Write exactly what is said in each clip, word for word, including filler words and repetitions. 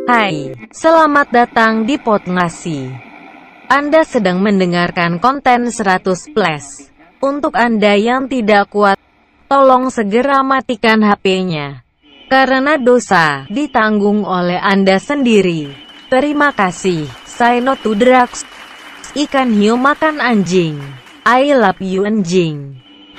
Hai, selamat datang di Potngasi. Anda sedang mendengarkan konten seratus plus. Untuk Anda yang tidak kuat, tolong segera matikan H P-nya. Karena dosa ditanggung oleh Anda sendiri. Terima kasih. Say no to drugs. Ikan hiu makan anjing. I love you anjing.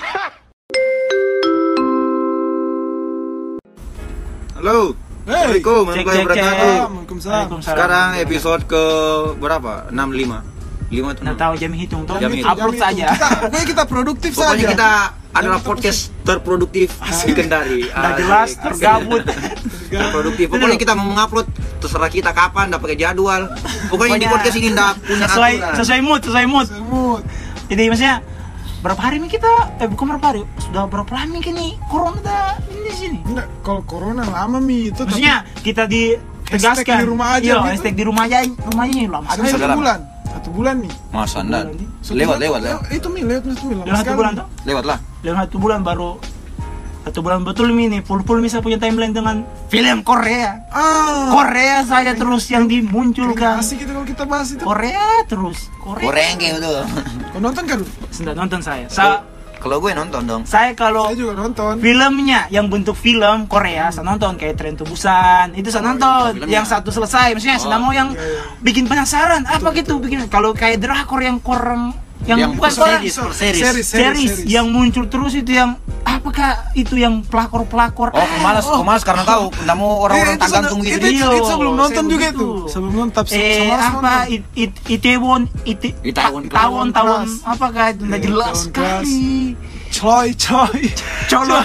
Halo. Hey. Assalamualaikum warahmatullahi wabarakatuh. Waalaikumsalam. Sekarang episode ke berapa? enam puluh lima. lima tuh. Nggak tahu jam hitung tuh. Jam hitung. Upload saja. Kita, pokoknya kita produktif Pokoknya saja. kita adalah podcast terproduktif di Kendari. Udah jelas Asik. tergabut. Terproduktif. Pokoknya kita mau mengupload terserah kita kapan, enggak pakai jadwal. Pokoknya di podcast ini enggak punya sesuai aturan. sesuai mood, sesuai mood. Semut. Jadi maksudnya berapa hari nih kita eh bukan berapa hari, sudah berapa lama kini corona dah ini di sini. Enggak, kalau corona lama mi itu. Maksudnya kita ditegaskan Hashtag di rumah aja iya, gitu. hashtag di rumah aja, rumahnya ini lama. Tapi satu Sekarang. bulan. Satu bulan nih. Masa enggak? Satu Lewat bulan. lewat lewat. Itu mi lewat satu bulan. Dalam satu bulan tuh, Lewat lah. dalam satu bulan baru satu bulan betul ini full-full bisa punya timeline dengan film Korea. Ah. Korea saja terus yang dimunculkan. Asik itu kalau kita bahas itu. Korea terus. Korea. Goreng kayak gitu. Kau nonton kan? Sudah nonton saya. Sa Kalau gue nonton dong. saya kalau Saya juga nonton. filmnya yang bentuk film Korea saya nonton kayak Train to Busan itu saya nonton filmnya. yang satu selesai maksudnya Oh, sedang mau yang iya, iya. bikin penasaran apa gitu bikin kalau kayak drakor yang korang yang, Yang bukan per korang series, per series. Series, series yang muncul terus itu yang apakah itu yang pelakor pelakor Oh, malas, oh, malas karena tahu enggak mau orang-orang Eh, itu tergantung sudah- gitu. itu- Iya, itu sebelum nonton saya juga begitu. itu. Sebelum nonton tapi eh sama harus apa nonton. it, it, Itaewon ite Itaewon Class. tawon tawon Class. apakah itu nggak Iya, jelas Itaewon sekali Coy, coy. colo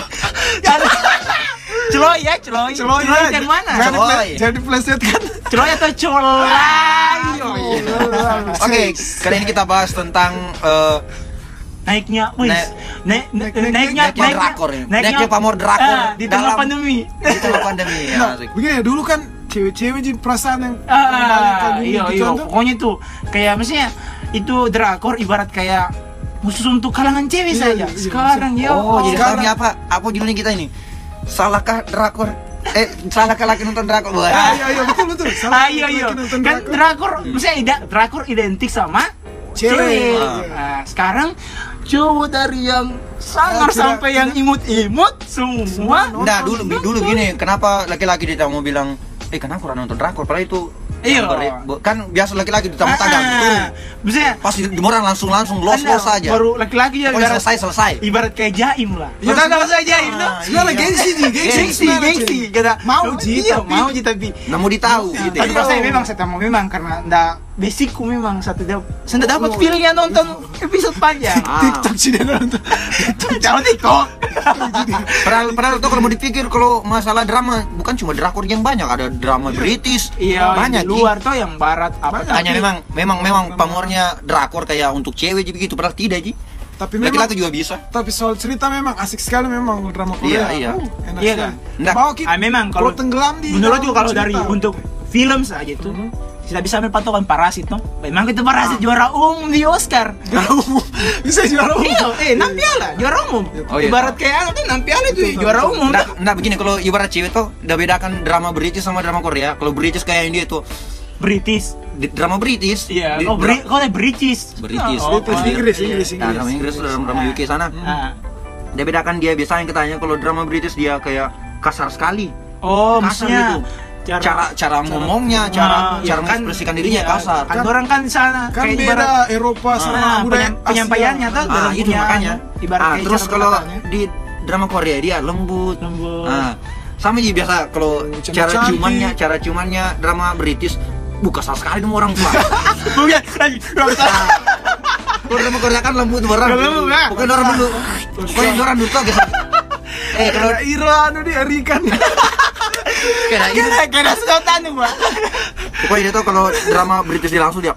celoy ya celoy Celoy celoy ya. yang mana Jangan di Celoy. play- jangan di pleset kan. celoy atau colay Oke, kali ini kita bahas tentang eh, naiknya wis Naik- naik naik naik- naiknya naiknya drakor ini. Naiknya pamor drakor ah, di tengah dalam- pandemi di tengah pandemi ya. Nah, asik. begini ya, dulu kan cewek-cewek jadi perasaan yang ah iya gitu iya kan. pokoknya tuh kayak maksudnya itu drakor ibarat kayak khusus untuk kalangan cewek Iya, saja iya, iya. sekarang ya Oh, jadi sekarang- sekarang apa? Apa judulnya kita ini? Salahkah drakor? Eh, salahkah laki nonton drakor? Wah. Ah, iya, iya, betul, betul. Salah, ah iya iya lagi nonton kan drakor. drakor maksudnya ida, drakor identik sama Cewek. cewek Ah. nah, sekarang cowok dari yang sangar tidak- sampai yang tidak- imut-imut semua Nah, dulu dulu gini, kenapa laki-laki dia mau bilang, "Eh, kenapa kurang nonton drakor?" Padahal itu Iya. yang ber- bu- kan biasa laki-laki ditamu-tamu Ah, maksudnya pas di orang langsung langsung los los Anda saja. baru laki-laki ya Pokoknya ibarat, selesai selesai. ibarat kayak jaim lah. Iya, Betul sudah- saya jaim tuh. Ah, Sebenarnya iya. gengsi nih, gengsi, Gengsi, sebenarnya, gengsi, Cik. kata Mau, Ji, iya, tapi- mau Ji tapi Nggak mau ditahu gitu. tapi ya. kalau saya memang saya mau memang karena ndak basicku memang satu dia saya ndak dapat feelnya nonton episode panjang. Ah. TikTok sih dia nonton. Jangan TikTok. Padahal padahal tuh kalau mau dipikir kalau masalah drama bukan cuma drakor yang banyak, ada drama British. Iya, banyak di luar tuh yang barat apa Banyak. tapi- Hanya memang memang memang pamornya drakor kayak untuk cewek jadi begitu, padahal tidak Ji. Tapi memang Laki-laki juga bisa. tapi soal cerita memang asik sekali memang drama Korea. Iya, iya. Uh, enak Iya sekali. kan? Nggak. Bawa kita Ah, memang kalau tenggelam di menurut dalam juga kalau dari cerita. untuk film saja itu kita bisa ambil patokan Parasit no. Memang itu Parasit juara umum di Oscar. bisa juara umum. Iya, eh enam piala juara umum. Oh, iya. Ibarat kayak anu tuh enam piala itu juara umum. Nggak, nggak begini, kalau ibarat cewek tuh udah bedakan drama British sama drama Korea. Kalau British kayak yang dia tuh British. di- drama British. Iya. di- Oh, Bri kau ada British. British. Oh, British, oh, Inggris, iya. Inggris, Nah, Inggris. drama Inggris drama drama U K sana. Ah. Dia bedakan dia biasanya katanya kalau drama British dia kayak kasar sekali. Oh, Kasar maksudnya gitu. Cara cara ngomongnya, cara Ah, cara iya, kan, mengekspresikan dirinya iya, kasar. Kan orang kan di sana Kan kayak beda ibarat Eropa sama Ah, budaya penyam- Asia. penyampaiannya tuh Ah, dalam itu punya makanya. ibarat Ah, kayak terus cara kalau berkatanya. di drama Korea dia lembut. Lembut. Ah, sama aja biasa kalau Cantik. cara ciumannya, cara ciumannya drama British buka kasar sekali dong orang tua. Bukan, lagi enggak usah. Kalau drama Korea kan lembut orang. Kalau lembut, ya. Bukan orang dulu. Pokoknya orang dulu tuh gitu. Eh, kalau Kayak Ira anu dia Rikan. kayak gitu. Kena kena sedotan tuh, Pak. Pokoknya dia tuh kalau drama British dia langsung dia.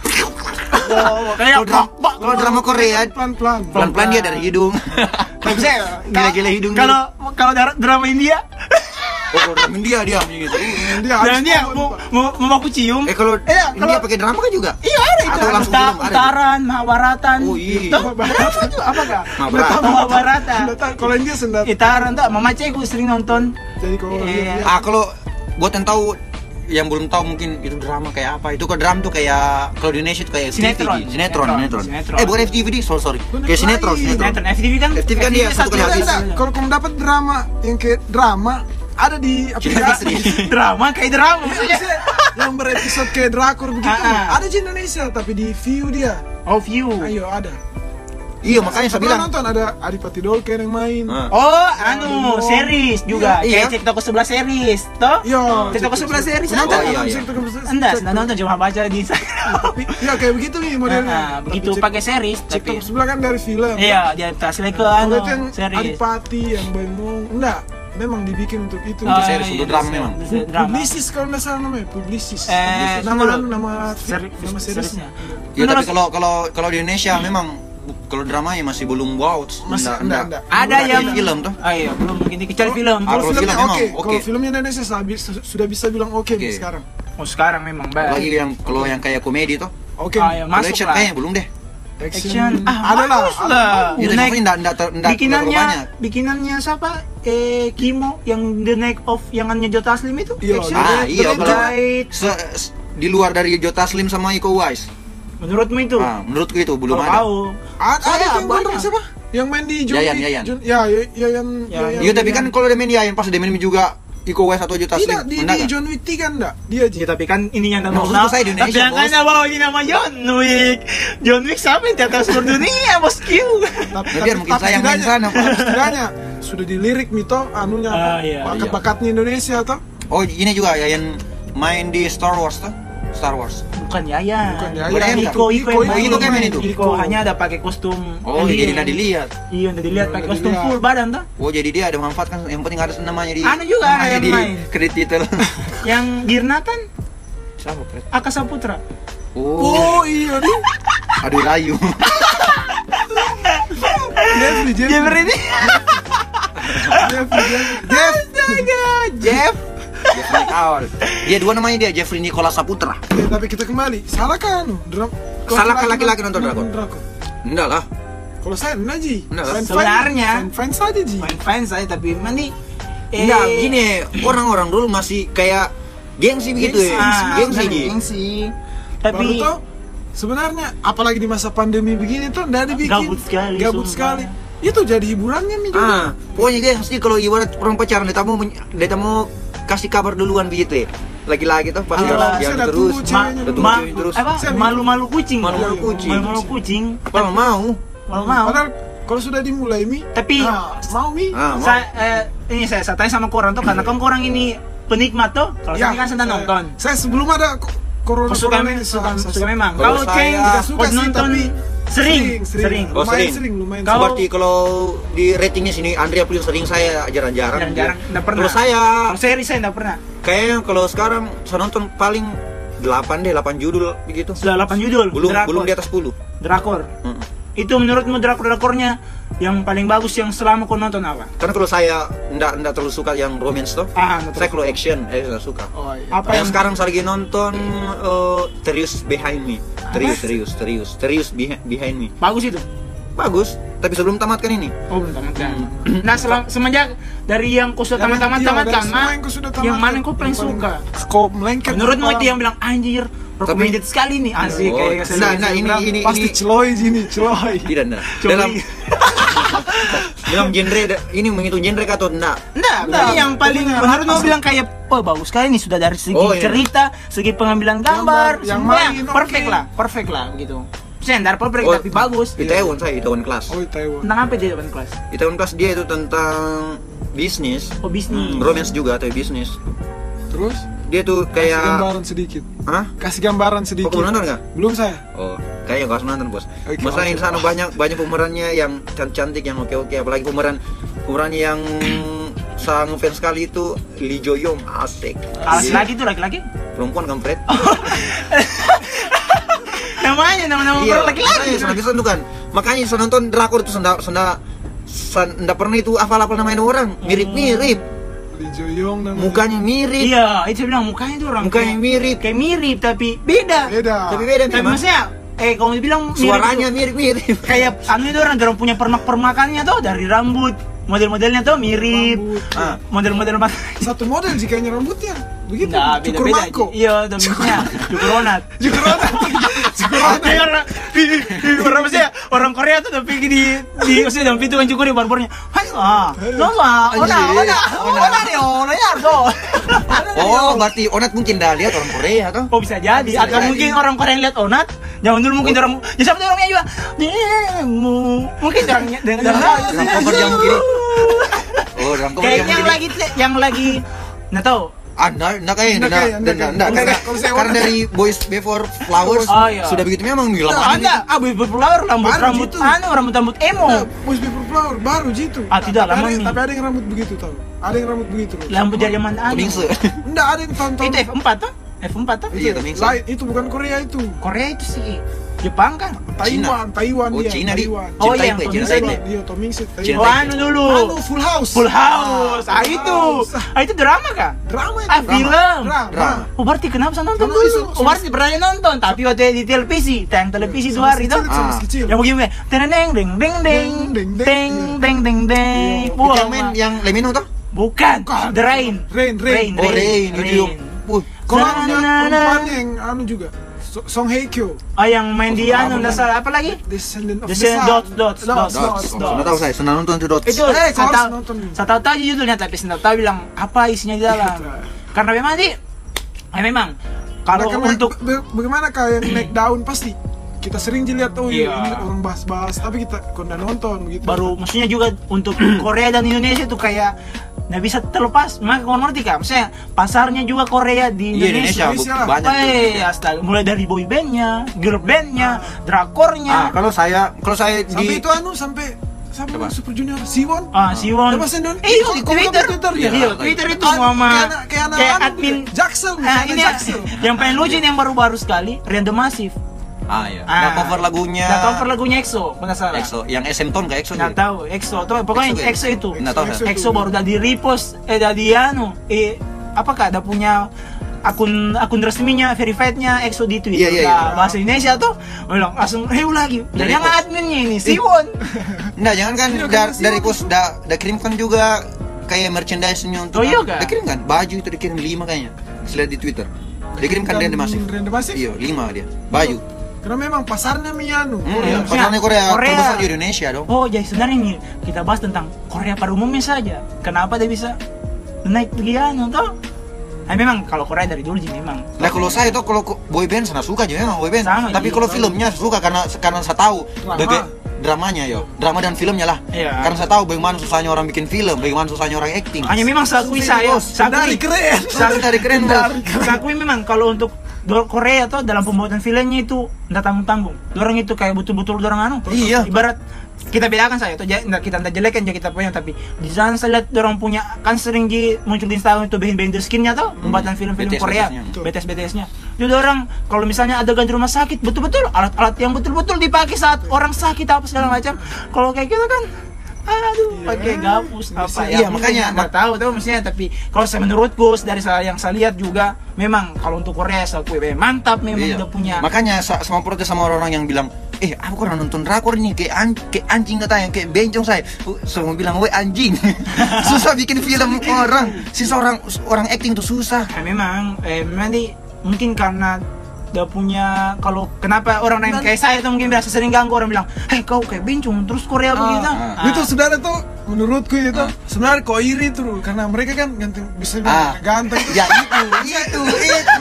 Oh, kayak Kalau drama, kalau drama Korea Pelan-pelan. pelan-pelan dia dari hidung. Kalau saya Gila-gila hidung Kalau kalau dar- drama India, Oh, kalau drama India dia gitu. Dia dan harus dia mau- mau mau mau aku cium. Eh kalau Iya, India kalau- pakai drama kan juga? Iya ada itu. Atau langsung Uta- film, ada Utaran, Mahabharatan. Oh, iya. Tuh, apa itu? Apa kah? Mahabharata. Mahabharata. Nggak tahu, kalau India sendat. Itaran tuh, mama cekku sering nonton. Jadi kalau Iya. Ah, kalau buat yang tahu yang belum tahu mungkin itu drama kayak apa. Itu ke drama tuh kayak kalau di Indonesia tuh kayak Sinetron. F T V, sinetron, sinetron. Sinetron. Eh bukan F T V, sorry sorry. Kayak sinetron, sinetron. Sinetron F T V kan? F T V kan dia satu kali habis. Tidak, kalau kamu dapat drama yang kayak drama ada di aplikasi. Drama kayak drama maksudnya. Yang berepisode kayak drakor begitu. Ah, ah. Ada di Indonesia tapi di view dia. Oh, view. Ayo ada. Iya makanya saya Pernah bilang. nonton ada Adipati Dolken yang main. Ah. Oh, anu, series juga. Iya. Kayak Cek Toko Sebelah series, toh? Iya. Cek Toko Sebelah series Nonton, Oh, iya, nonton, iya. cek, cek, cek, Enggak, cek, sudah nonton cuma baca di Instagram. Tapi ya kayak begitu nih modelnya. Nah, Tapi begitu cek- pakai series Cek tapi Toko Sebelah kan dari film. iya, dia translate ke Kalau anu itu yang series. Adipati yang bengong, enggak, memang dibikin untuk itu. Oh, Untuk series, iya, untuk drama iya, memang. iya, drama. Publisis kalau nggak salah namanya, publisis. Eh, nama tunggu dulu. nama Seri- nama seriesnya. seriesnya. Ya tapi Menurut- kalau kalau kalau di Indonesia memang bu- kalau dramanya masih belum wow. Masih Nggak- enggak, nggak. enggak. Ada Udah yang kayak film tuh. Ah iya, belum begini kecuali film. Ah, Kalau kalau filmnya film oke, memang kalau oke. filmnya Indonesia sabi- su- sudah bisa bilang oke Oke. sekarang. Oh, sekarang memang baik. Lagi yang kalau yang kayak komedi tuh. Oke. Ah, iya, Kalau masuk action lah. kayaknya belum deh. Action. Ah, ada lah. bagus lah. Itu The Neck- tapi enggak enggak enggak bikinannya banyak. bikinannya siapa? Eh Kimo yang The Neck of yang annya Jota Slim itu? Iya, Action. Ah, iya, The kalau- Night. Se- se- di luar dari Jota Slim sama Iko Uwais. Menurutmu itu? Ah, menurutku itu belum Kalau ada. tahu. Ada, ada Saya tuh yang banyak. gondrong siapa? Yang main di John Yayan, Wick. Yayan. John- Ya, ya, Yayan. Yayan. Iya, tapi kan kalau dia main Yayan pas dia main juga Iko Uwais atau Jota Slim. Tidak, di, Enggak di kan? John Wick tiga enggak? Dia Ya, Ji. tapi kan ininya nggak Maksudku saya di Indonesia, Tapi yang bos. kan bawa ini nama John Wick. John Wick sampai di atas seluruh dunia, bosku. Tapi, Ya, biar mungkin saya yang main sana, Pak. tapi setidaknya sudah dilirik mito anunya Ah, iya, bakat-bakatnya Indonesia toh. Oh, ini juga Yayan main di Star Wars tuh. Star Wars. Bukan Yayan. Bukan Yayan. Bukan Yayan, Iko, kan? Iko, Iko, yang Iko main. kan main itu? Iko hanya ada pakai kostum. Oh, alien. jadi enggak dilihat. Iya, udah dilihat pakai Nggak kostum dilihat. full badan tuh. Oh, jadi dia ada manfaat kan yang penting ada namanya di Anu juga ada namanya yang di main. kredit title. Yang Girnatan Siapa, Pret? Akasa Putra. Oh, Oh, iya nih. aduh layu. Jeffrey, Jeffrey. Jeffrey ini. Jeffrey, Jeffrey. Jeff. Astaga, Jeff. Jeffrey Kaul. Dia dua namanya dia Jeffrey Nicholas Saputra. Eh, tapi kita kembali. Salah kan? Dram. Salah kan laki-laki nonton drakor? drakor. Enggak lah. Kalau saya enggak Ji. Enggak lah. Fine- Sebenarnya. fine- fine saja Ji. Main fans saya tapi mandi. Eh, Enggak, gini orang-orang dulu masih kayak gengsi begitu ya. Ah, Gengsi benar, Ji. gengsi. Baru Tapi tuh sebenarnya apalagi di masa pandemi begini tuh enggak dibikin. Gabut sekali, Gabut sumpah. sekali. Itu jadi hiburannya nih juga. Ah, pokoknya gengsi kalau ibarat orang pacaran dia mau dia mau kasih kabar duluan begitu ya. Lagi-lagi tuh pas Ah, jalan saya jalan udah terus. tunggu ma ceweknya Udah dulu. tunggu ma cewek terus. apa? Saya- Malu-malu kucing. Malu-malu kucing. Malu-malu kucing. Padahal mau. Malu mau. Padahal kalau sudah dimulai Mi, Tapi nah, mau Mi. Ah, mau. saya eh, ini saya, saya tanya sama korang tuh karena kan korang ini penikmat tuh. Kalau Ya, saya kan sedang saya- nonton. Saya sebelum ada ko- corona Oh, suka, corona me- ini suka, saya- suka memang. Kalau Kalau saya Ceng tidak suka pas sih, nonton tapi sering, sering, sering. Oh, lumayan sering. sering, lumayan Kau- Seperti kalau di ratingnya sini Andrea paling sering saya jarang-jarang. Jarang-jarang, nggak pernah. Kalau saya Kalau seri saya nggak pernah. kayaknya kalau sekarang saya nonton paling delapan deh, delapan judul begitu. Sudah delapan judul. Belum drakor. belum di atas sepuluh. Drakor. Mm. Itu menurutmu drakor-drakornya yang paling bagus yang selama kau nonton apa? Karena kalau saya enggak enggak terlalu suka yang romance tuh. Ah, nggak Saya terlalu. kalau action, eh saya suka. Oh iya. Apa Yang yang sekarang saya lagi nonton eh, Terius Behind Me. Terius, Terius, Terius, Terius Behi- Behind Me. bagus itu? Bagus, tapi sebelum tamatkan ini. Oh belum tamatkan. Nah selam, semenjak dari yang kau sudah Dari- tamat-tamat iya, tamatkan, dari semua nah, yang kau sudah yang tamatkan, mana yang kau paling yang paling- suka? Kau melengket. Menurutmu kepala. itu yang bilang anjir, recommended sekali nih asik Oh, kayak nah, nah, ini ini Pasti ini celoy Ji nih, celoy. tidak enggak. Coba Dalam ini. dalam genre ini menghitung genre atau enggak? Enggak, Nah, ini yang paling pokoknya menurut mau asal- bilang kayak oh bagus sekali nih sudah dari segi Oh, iya. cerita, segi pengambilan gambar, Gambar, yang semua main, perfect oke. lah, perfect lah gitu. Standar perfect Oh, tapi bagus. Itaewon saya, Itaewon Class. Oh, Taiwan. Tentang apa dia depan kelas? Itaewon Class dia itu tentang bisnis. Oh bisnis. Hmm, romance juga tapi bisnis. Terus Dia tuh kasih kayak gambaran sedikit. Hah? Kasih gambaran Oh, sedikit. kamu nonton nggak? Belum saya. Oh, kayaknya gak harus nonton bos. Oke, Masalah oke. di sana banyak banyak pemerannya yang can- cantik, yang oke oke. Apalagi pemeran pemeran yang sangat ngefans sekali itu Lee Jo Young, asik. Dia Laki-laki tuh laki-laki? perempuan kampret. Namanya nama-nama Iya, orang laki-laki. makanya sana bisa tuh kan. Makanya saya nonton drakor itu senda senda senda pernah itu hafal-hafal namanya orang. Mirip-mirip. Lee Jo Young dan Mukanya mirip. Iya, itu saya bilang mukanya tuh orang Mukanya kayak- mirip. kayak mirip tapi beda. beda. Tapi beda Tapi memang. maksudnya eh kalau dibilang mirip Suaranya itu, mirip-mirip. kayak anu itu orang orang punya permak-permakannya tuh dari rambut model-modelnya tuh mirip. Rambut. Ah. Model-model mata. Satu model sih kayaknya rambutnya. Begitu. Nah, Cukur beda-beda. mangkok. Iya, domisnya cukur onat. Cukur onat. Cukur onat. Ada orang orang maksudnya orang Korea tuh udah pergi di di maksudnya dalam pintu kan cukur di barbernya. Hai ah, lo ah, ona ona ona nih ona ya do. Oh, berarti Onat mungkin dah lihat orang Korea kan? Oh bisa jadi. Bisa Atau jadi. mungkin orang Korea yang lihat onat. Jangan dulu mungkin orang. Ya siapa tuh orangnya juga. Demu. Mungkin orangnya dengan Orang cover jam kiri. Oh, orang cover jam kayaknya yang kiri. lagi yang lagi nggak tahu. Anda, enggak kayak, Nggak enggak, kayak, nggak enggak, kayak. enggak, Kalau karena, saya- kalau saya karena Onat- dari Boys Before Flowers Oh, iya. sudah begitu memang di Nah, lama Anda, ah berflower rambut Baru rambut gitu. anu rambut rambut emo. Nah, Boys Before Flower baru gitu. Ah, tidak, Tapi lama ada- nih. Tapi ada yang rambut begitu tau. Ada yang rambut begitu. loh. Rambut dari zaman anu. Tomingse. Enggak, ada yang tahun-tahun. Itu F empat tuh? F empat tuh? Iya, Tomingse. Lain, itu bukan Korea itu. Korea itu sih Jepang kan? Taiwan, Taiwan Oh, dia. Cina di. Taiwan. Oh, Cina iya, Taipei, yang Cina Tomingse Taipei. Dia Tomingse. Cina Oh, Taiwan. anu dulu. Anu Full House. Full House. Ah, Full itu. House. Ah, itu drama kah? Drama itu. Ah, film. Drama. Drama. Oh, berarti kenapa saya nonton Karena dulu? isu- Oh, berarti pernah nonton, tapi waktu di televisi, tayang televisi dua hari itu. Sama Ah. kecil. Yang begini, teneng deng deng deng deng Deng, deng, deng deng deng deng. Itu Wah, yang main yang Lemino tuh? bukan. Bukan. The Rain. Rain, Rain. Oh, Rain, itu yung. Wih, Kalau Na, ada na, na. perempuan yang anu juga. So- Song Hye Kyo. Oh, yang main di anu, nggak salah apa lagi? Descendant of The the Descendant Sun. Dots, Dots, Dots, Dots, Dots. Dots. Sudah tahu saya, senang nonton itu Dots. Itu Eh, saya kau harus tahu, nonton. saya tahu tahu judulnya tapi saya tahu bilang apa isinya di dalam. Karena memang sih, eh, memang kalau Nah, karena untuk ba- bagaimana kalian naik daun pasti kita sering dilihat oh Iya. ini orang bahas-bahas tapi kita kok nggak nonton begitu. baru maksudnya juga untuk Korea dan Indonesia tuh kayak nggak bisa terlepas. Maka kau ngerti kan? Maksudnya pasarnya juga Korea di Iya, Indonesia. Indonesia bu- Indonesia. banyak tuh. Eh, astaga, mulai dari boy bandnya, girl bandnya, drakornya. Ah, kalau saya, kalau saya Sampai di itu anu sampai sampai Apa? Super Junior Siwon. Ah, Siwon. Ada bahasa Indonesia. Eh, itu Kok- di kok Twitter. di Twitter ya? Iya, Twitter itu Ah, sama kayak anak- kayak anak kayak anu admin juga. Jaksel, Nah, ada ini Jaksel. yang paling lucu ini yang baru-baru sekali, Random Massive. Ah ya. Ah. Nah, cover lagunya. Nah, cover lagunya EXO, penasaran. EXO, yang Asympton kayak EXO. Nggak juga. tahu, EXO tuh pokoknya EXO, EXO itu. Nggak tahu saya. EXO baru dari repost eh dari anu eh apakah ada punya akun akun resminya verified-nya EXO di Twitter. Iya, iya, iya. Nah, bahasa Indonesia tuh bilang langsung review lagi. Dan Dari yang repost. adminnya ini Siwon. Nah, jangan kan Iya, da- kan, dari Siwon. pos da, da kirimkan juga kayak merchandise-nya untuk Oh, iya, anu. kah? Da kirimkan baju itu dikirim lima kayaknya. Saya lihat di Twitter. Dikirimkan dia masih. Random Massive. Iya, lima dia. Baju. Karena memang pasarnya Miyanu. Hmm, Korea. pasarnya Korea, Korea. terbesar di Indonesia dong. Oh, jadi sebenarnya ini kita bahas tentang Korea pada umumnya saja. Kenapa dia bisa naik lagi anu toh? Eh, memang kalau Korea dari dulu sih memang. Nah, kalau saya tuh kalau ko- boy band sana suka juga memang boy band. Sama, Tapi iya, kalau sama. filmnya suka karena karena saya tahu Drama. bebe- dramanya yo, drama dan filmnya lah. Iya. Karena saya tahu bagaimana susahnya orang bikin film, bagaimana susahnya orang acting. Hanya memang saya akui saya, saya Dari akui, keren. Saya dari keren bos. saya akui memang kalau untuk do- Korea tuh dalam pembuatan filmnya itu nggak tanggung-tanggung. Dorang itu kayak betul-betul dorang anu. Iya. Ibarat kita bedakan saya tuh ja- nggak- kita tidak jelekan jadi kita punya tapi di sana saya lihat dorang punya kan sering di muncul di Instagram itu behind behind the skin-nya tuh pembuatan film-film B T S Korea B T S-nya. B T S B T S-nya. Jadi orang kalau misalnya adegan di rumah sakit betul-betul alat-alat yang betul-betul dipakai saat orang sakit apa segala macam. Kalau kayak gitu kan aduh pakai gabus apa Iya, ya makanya, nggak tahu tuh maksudnya tapi kalau saya menurutku dari saya yang saya lihat juga memang kalau untuk Korea saya akui memang mantap memang Iya. udah punya Makanya sa- sama protes sama orang-orang yang bilang, eh aku kurang nonton drakor nih kayak, an kayak anjing katanya, kayak bencong saya. Uh, Semua bilang, weh anjing. Susah bikin film orang. Si seorang orang acting tuh susah. Nah, memang eh, memang di, mungkin karena udah punya kalau kenapa orang yang kayak saya tuh mungkin biasa sering ganggu orang bilang, hei kau kayak bencong terus Korea begitu. ah. Ah. Itu saudara tuh menurutku itu sebenarnya kok iri tuh karena mereka kan ganteng bisa Ah. bilang ganteng. Ya itu, itu, itu.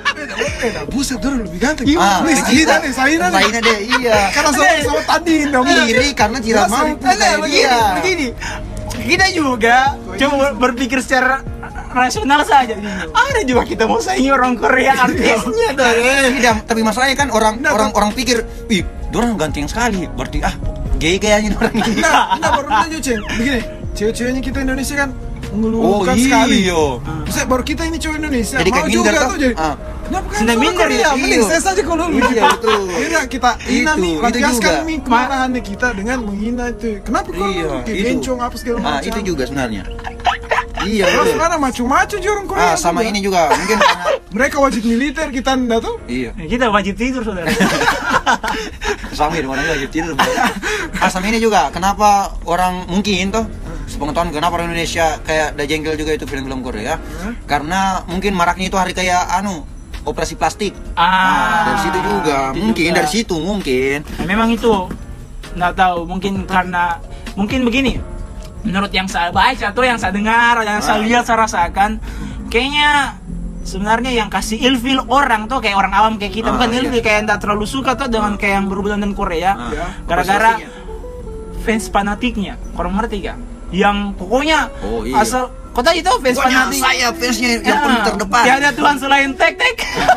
Eh, dah buset dulu lebih ganteng. Ah, Nih, Saina nih, Saina nih. Saina deh, iya. Karena sama sama tadi dong. Iri karena tidak Jelas, mampu Saina, kayak begini, dia. begini. Kita juga coba berpikir secara rasional saja. Ada juga kita mau saingi orang Korea artisnya tuh. eh. Tidak, tapi masalahnya kan orang Nah, orang orang pikir, ih, dorang ganteng sekali. Berarti ah, gay kayaknya orang ini. Nah, nah baru aja Ceng. Begini, cewek-ceweknya kita Indonesia kan Oh mengeluhkan sekali. iya. Maksudnya baru kita ini cowok Indonesia, Jadi mau kayak juga minder tuh tuh. jadi. Ah. Kenapa kan Sudah sama minder Korea? ya? Mending Iya. saya saja kalau lu. Iya, betul. Iya, kita hina Itu, nih, itu lampiaskan juga. nih kemarahannya kita dengan menghina itu. Kenapa kau Iya, kayak itu. bencong apa segala Ah, macam? itu juga sebenarnya. Iya, Terus betul. mana macu-macu juga orang Korea. Ah, sama juga. ini juga mungkin karena Mereka wajib militer, kita enggak tuh. iya. Ya, kita wajib tidur saudara. Sama ini orang lagi tidur. Ah, sama ini juga kenapa orang mungkin tuh sepengetahuan kenapa orang Indonesia kayak udah jengkel juga itu film-film Korea. Hmm? Karena mungkin maraknya itu hari kayak anu operasi plastik. Ah, Nah, dari situ juga, itu mungkin juga. dari situ mungkin. Nah, memang itu nggak tahu, mungkin karena mungkin begini. Menurut yang saya baca atau yang saya dengar, yang saya lihat, saya rasakan, kayaknya sebenarnya yang kasih ilfil orang tuh kayak orang awam kayak kita, Ah, bukan iya. ilfil kayak nggak terlalu suka tuh dengan kayak yang berhubungan dengan Korea, Ah. gara-gara Operasi fans fanatiknya, orang ngerti gak? Yang pokoknya Oh, iya. asal kau tahu itu fans Pokoknya fanatik. saya fansnya yang Ya, paling terdepan. tiada Tuhan selain tek tek.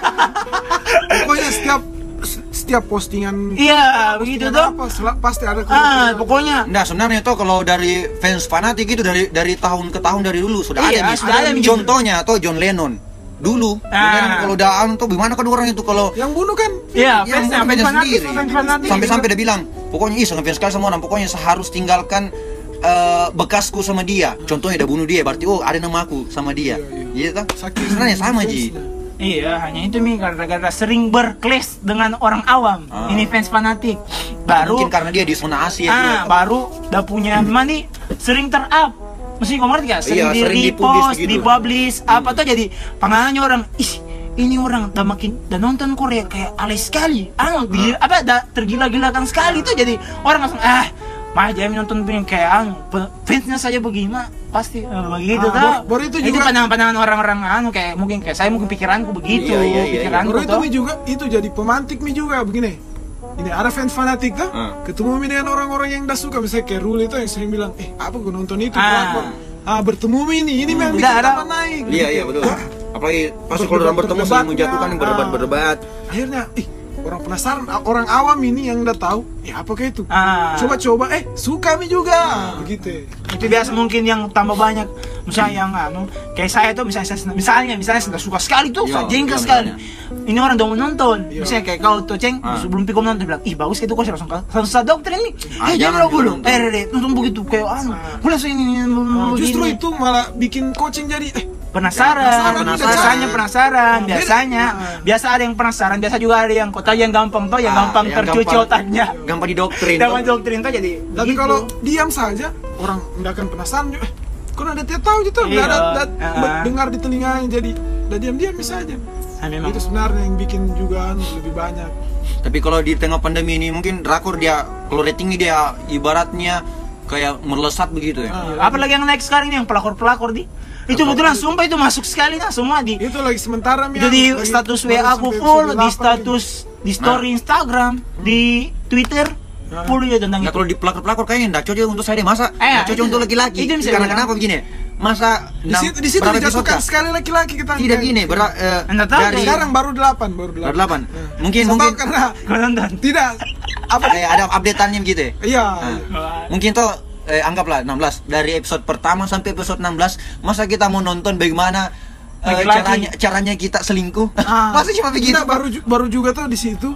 Pokoknya setiap setiap postingan Iya, begitu tuh. apa sel- pasti ada Ah, keluar. pokoknya Nah sebenarnya tuh kalau dari fans fanatik itu dari dari tahun ke tahun dari dulu sudah Iya, ada nih. sudah ada nih. Contohnya tuh John Lennon dulu. John Ah. Lennon kalau udah anu tuh gimana kan orang itu kalau Yang bunuh kan iya, yang fansnya, bukan fans dia fanatik, sendiri. fans fanatik. Sampai-sampai dia bilang, pokoknya ih ngefans sekali sama orang, pokoknya saya harus tinggalkan eh, bekasku sama dia. Contohnya dia bunuh dia, berarti oh ada nama aku sama dia. Iya toh? Saking Sebenarnya sama Ji. fansnya. Iya, hanya itu Mi gara-gara sering berkelas dengan orang awam. Ah. Ini fans fanatik. Baru Mungkin karena dia di zona Asia ah, juga. baru udah punya money sering ter-up. Mesti kau ngerti gak? Sering Iya, di sering repost, dipublish gitu. dipublish, apa tuh jadi pangalannya orang, ih ini orang udah makin udah nonton Korea kayak alay sekali. Ah, gila, apa udah tergila-gilakan sekali tuh jadi orang langsung ah mah jangan nonton film kayak anu pe- fansnya saja begini pasti eh, begitu Ah, tuh. baru- baru itu juga- pandangan-pandangan orang-orang anu kayak mungkin kayak saya mungkin pikiranku begitu, Iya, iya, iya, pikiranku Baru itu tuh. Mi juga itu jadi pemantik Mi juga begini. Ini ada fans fanatik tuh, Ah. ketemu Mi dengan orang-orang yang udah suka, misalnya kayak Ruli itu yang sering bilang, eh apa gue nonton itu, Ah. pelakor. Ah bertemu Mi ini, ini memang Tidak bikin ada. tambah naik. Iya iya betul. Apalagi pas kalau dalam bertemu saling Berdebatnya, menjatuhkan berdebat ah. berdebat. Akhirnya, ih orang penasaran, orang awam ini yang udah tahu, ya apa kayak itu? Ah. Coba-coba, eh suka Mi juga, begitu. Itu biasa mungkin yang tambah banyak misalnya yang anu kayak saya tuh misalnya saya, misalnya misalnya saya suka sekali tuh Iya, saya jengkel iya, sekali misalnya. ini orang udah mau nonton Iya. misalnya kayak kau tuh ceng Ah. sebelum pikir nonton bilang ih bagus itu kok saya langsung satu satu dokter ini Ah, eh jangan jangan dulu nonton. eh Rere, nonton begitu kayak anu gue langsung ini, ini, Nah, begini. justru itu malah bikin coaching jadi, eh penasaran, Penasaran, penasaran. biasanya penasaran, Beda. biasanya, Ah. biasa ada yang penasaran, biasa juga ada yang kota yang gampang tuh, yang Ah, gampang yang tercuci gampang- otaknya, Gampang didoktrin. gampang doktrin tuh jadi. tapi begitu. kalau diam saja, orang nggak akan penasaran juga. Eh, kok ada dia tahu gitu, nggak Iya. ada, ada Ah. dengar di telinganya, jadi udah diam-diam bisa aja. Ah, memang. Itu sebenarnya yang bikin juga anu, lebih banyak. Tapi kalau di tengah pandemi ini mungkin drakor dia kalau ratingnya dia ibaratnya kayak melesat begitu ya. Ah. Apalagi yang naik sekarang ini yang pelakor-pelakor di itu betulan sumpah itu masuk sekali nah semua di Itu lagi sementara Mi, itu di lagi status W baru A aku sampai full, episode di delapan status di story Instagram, di Twitter full ya tentang Nah itu. kalau di pelakor-pelakor kayaknya enggak cocok untuk saya deh masa. Eh, Nggak cocok itu- untuk laki-laki. itu bisa Karena bilang. kenapa begini? Masa Di situ, di situ berapa episode dijatuhkan kah? sekali laki-laki kita. Tidak gini, ber, eh, Anda tahu dari Sekarang baru delapan, baru baru delapan. delapan. Mungkin Saya mungkin tahu karena Kau nonton? tidak apa kayak ada updateannya gitu ya. Iya. Nah, mungkin tuh eh, anggaplah enam belas dari episode pertama sampai episode enam belas masa kita mau nonton bagaimana eh, Laki-laki. caranya caranya kita selingkuh. Ah. Masa cuma begitu? Tidak, baru ju- baru juga tuh di situ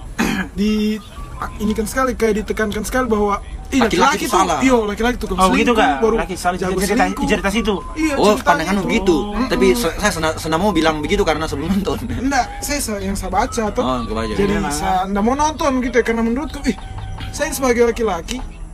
di ini kan sekali kayak ditekankan sekali bahwa iya Laki-laki laki-laki itu tuh, salah. iya laki-laki tuh Oh begitu kak, baru laki selalu jago cerita, selingkuh. cerita situ. Iya, Oh, cerita pandangan gitu. begitu. Tapi se- saya sena, sena mau bilang begitu karena sebelum nonton. Enggak, saya se- yang saya baca tuh. Oh, kebaca. Jadi Memang. saya enggak mau nonton gitu ya karena menurutku ih, saya sebagai laki-laki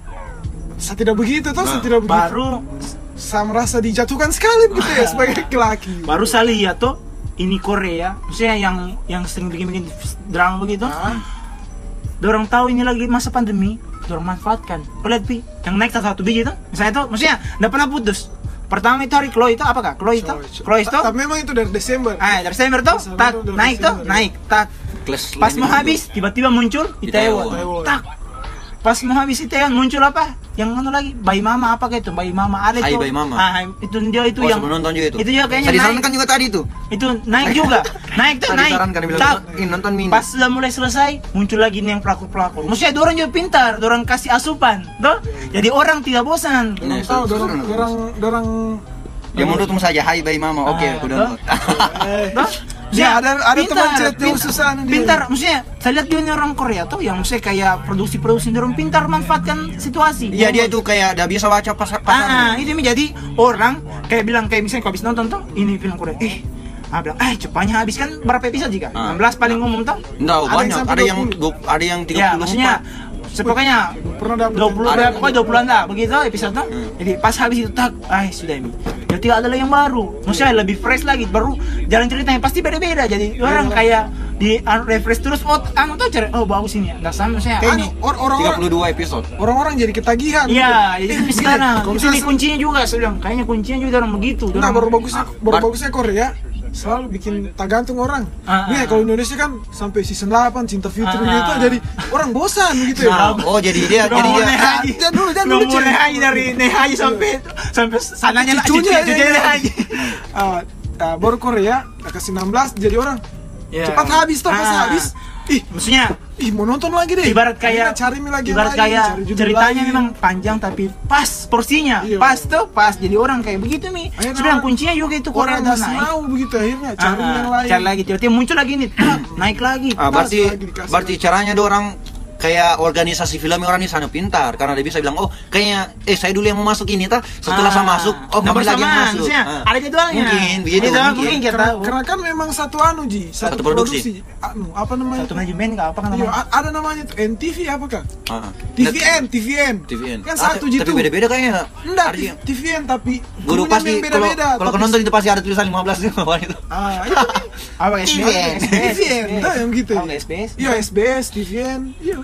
saya tidak begitu tuh, saya Nah, tidak begitu. Baru Saya merasa dijatuhkan sekali begitu ya sebagai laki-laki. baru saya lihat tuh ini Korea, maksudnya yang yang sering bikin-bikin drama begitu. Ah. Dorang tahu ini lagi masa pandemi, dorang manfaatkan. Kau lihat pi, yang naik satu biji itu, misalnya itu, maksudnya nggak pernah putus. Pertama itu hari Chloe itu apa kak? Chloe itu, Chloe itu, Tapi memang itu dari Desember. ah dari Desember tuh, Desember tak tuh, dari naik tuh, Desember. naik, tak. Kelas Pas lainnya mau begitu. habis, tiba-tiba muncul Di Itaewon, Taiwan. tak. Pas mau habis Itaewon muncul apa? Yang mana lagi? Bayi mama apa kayak itu? Bayi mama ada Hai, itu. Bayi Mama. Ah, itu dia itu Oh, yang sebelum nonton juga itu. Itu juga kayaknya Saya naik. disarankan juga tadi tuh. Itu naik juga, naik tuh Tadi naik. sarankan dia bilang, Tak. "Ih, nonton mini." Pas sudah mulai selesai, muncul lagi nih yang pelakor-pelakor. Maksudnya orang juga pintar, orang kasih asupan, tuh. Jadi orang tidak bosan. Nah, Tahu seru- dorang seru. dorang dorang Ya menurutmu saja, hai Bayi Mama. Oke, Ah, aku download. Tuh. Ya, ada- ada teman chat yang pintar, susah nih dia. pintar, maksudnya saya lihat dia ini orang Korea tuh yang maksudnya kayak produksi-produksi orang pintar manfaatkan situasi. Iya, dia itu kayak udah biasa baca pasar Ah, pasar. ah, itu menjadi orang kayak bilang kayak misalnya kalau habis nonton tuh ini film Korea, eh, ah bilang, eh cepatnya habis kan berapa episode juga? Ah. enam belas paling umum tuh. Enggak, Ada yang banyak. sampai Ada yang dua puluh. dua- ada yang tiga Ya, puluh maksudnya Sepokoknya pernah dapat dua puluh Ada. berapa pokoknya dua puluhan lah begitu episode tuh. Jadi pas habis itu tak, ah sudah ini. Jadi ada lagi yang baru. Maksudnya lebih fresh lagi, baru jalan ceritanya pasti beda-beda. Jadi orang kayak di anu, refresh terus, oh anu tuh cari, oh bagus ini. Enggak sama saya. kayak Anu, ini or- orang-orang tiga puluh dua episode. orang-orang jadi ketagihan. iya, jadi Eh, sekarang kalau itu misalnya- nih kuncinya juga saya bilang. Kayaknya kuncinya juga orang begitu. Nah, orang- baru bagusnya baru Bar- bagusnya Korea selalu bikin tak gantung orang. Ah, Nih ah. kalau Indonesia kan sampai season delapan Cinta Fitri Ah, gitu ah. jadi orang bosan gitu ya. Nah, Oh, jadi dia jadi Nomor dia Nehaji. Jangan dulu, jangan dulu, Nomor Cek. Nehaji dari Nehaji sampai sampai sananya lah Cucunya, cucunya ya, cucunya ya. Nehaji. Ah, ah, baru Korea kasih enam belas jadi orang Ya. cepat habis tuh pas Ah. habis. Ih, Maksudnya ih mau nonton lagi deh. ibarat kayak Akhirnya cari mi lagi yang ibarat lain, kayak cari judul ceritanya lain. memang panjang tapi pas porsinya Iya. pas tuh pas jadi orang kayak begitu mi Akhirnya sebenarnya kuncinya juga itu Korea orang udah masih naik. mau begitu akhirnya Ah, cari ah, yang lain. cari lagi tiba-tiba muncul lagi nih tak, naik lagi Ah, berarti lagi dikasih berarti lagi. caranya ada orang kayak organisasi film orang di sana pintar karena dia bisa bilang, oh kayaknya eh saya dulu yang mau masuk ini tah, setelah saya masuk oh nah, kami lagi yang bersamaan, masuk. maksudnya Ah. ada jadwalnya Mungkin begitu Ada, mungkin. mungkin kita karena, tahu karena kan memang satu anu Ji, satu, Satu produksi. Anu, apa namanya? satu manajemen nggak apa kan Iya, namanya a- ada namanya tuh N T V apa kah? Ah. T V N, T V N. T V N. Kan Ah, satu gitu. tapi beda-beda kayaknya. Enggak, Ada yang- T V N tapi Guru gurunya pasti yang kalau beda-beda. kalau tapi- nonton itu pasti ada tulisan lima belas itu. Ah, itu apa S B S T V N, entah yang gitu. oh nggak S B S Iya, S B S, T V N. Iya.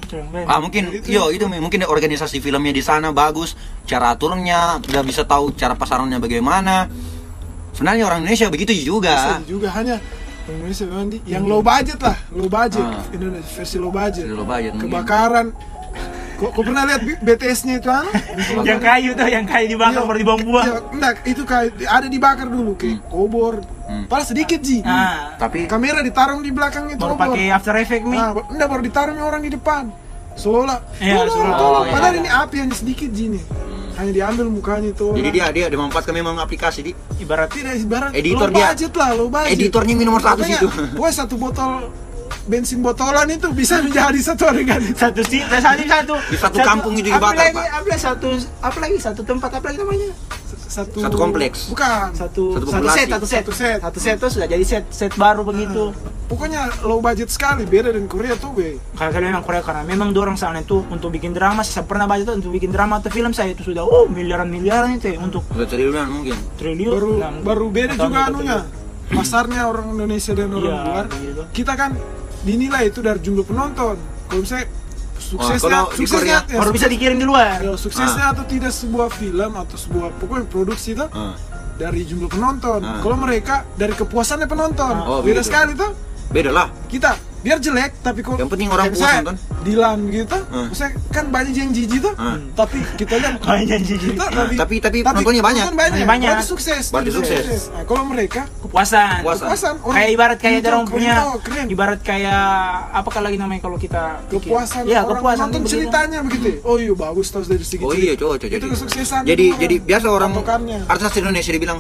Ah mungkin, yo itu mungkin organisasi filmnya di sana bagus, cara aturnya, udah bisa tahu cara pasarannya bagaimana. Sebenarnya orang Indonesia begitu juga. Bisa juga hanya Indonesia memang di yang low budget lah, low budget. Ah. Indonesia versi low budget. Versi low budget, mungkin. Kebakaran. Kok kok pernah lihat B T S-nya itu anu? yang kayu tuh yang kayu dibakar baru dibuang-buang Iya, enggak, itu kayak ada dibakar dulu kayak obor. Hmm. Padahal sedikit Ji. nah Tapi Kamera ditaruh di belakang itu baru obor. pakai After Effect mi Nah, ba- enggak baru ditaruhnya orang di depan. Seolah, Iya, tolong, seolah. tolong. Oh, iya, Padahal iya. ini api yang sedikit Ji nih. Hanya diambil mukanya itu. jadi orang. dia dia dimanfaatkan memang aplikasi di ibarat tidak ibarat Editor low dia- budget lah, low budget. editornya minum satu Makanya, situ. Wah, satu botol bensin botolan itu bisa menjadi satu adegan itu. satu sih satu satu Di satu kampung itu dibakar, apa lagi Pak. apa lagi satu apa lagi satu tempat apa lagi namanya Satu Satu kompleks. Bukan. satu Satu satu populasi. set satu set Satu set. satu set tuh sudah jadi set set baru begitu Pokoknya low budget sekali, beda dengan Korea tuh, be. kalau memang Korea karena memang dorang sana itu untuk bikin drama saya pernah baca tuh untuk bikin drama atau film saya itu sudah oh miliaran miliaran itu ya, untuk udah triliunan mungkin. triliun Baru nah, baru beda atau juga mungkin anunya. triliun. Pasarnya orang Indonesia dan orang Iya, luar. gitu. Kita kan dinilai itu dari jumlah penonton. Kalau misalnya suksesnya, kalau di suksesnya, Korea, ya, baru bisa dikirim di luar ya, suksesnya atau tidak sebuah film atau sebuah pokoknya produksi itu Ah. dari jumlah penonton. Ah. Kalau mereka dari kepuasannya penonton. Oh, Beda begitu. sekali tuh. Beda lah. Kita biar jelek tapi kok Yang penting orang kayak puas misalnya nonton. Dilan gitu. Ah. Misalnya kan banyak yang jijik tuh. Ah. Tapi kita lihat banyak jijik kita Ah, tapi- tapi penontonnya banyak. penonton banyak. Banyak, banyak. Berarti sukses. Berarti Jadi sukses. Nah, kalau mereka kepuasan Kepuasan. kepuasan orang kayak ibarat kayak ini orang tuh punya keren, tuh, keren. ibarat kayak apa kan lagi namanya kalau kita bikin? kepuasan ya orang kepuasan nonton begitu. ceritanya begitu. Oh iya bagus terus dari segi Oh cerita. iya, cocok cocok. Itu kesuksesan. Jadi itu jadi orang. biasa orang Patokannya. artis Indonesia dibilang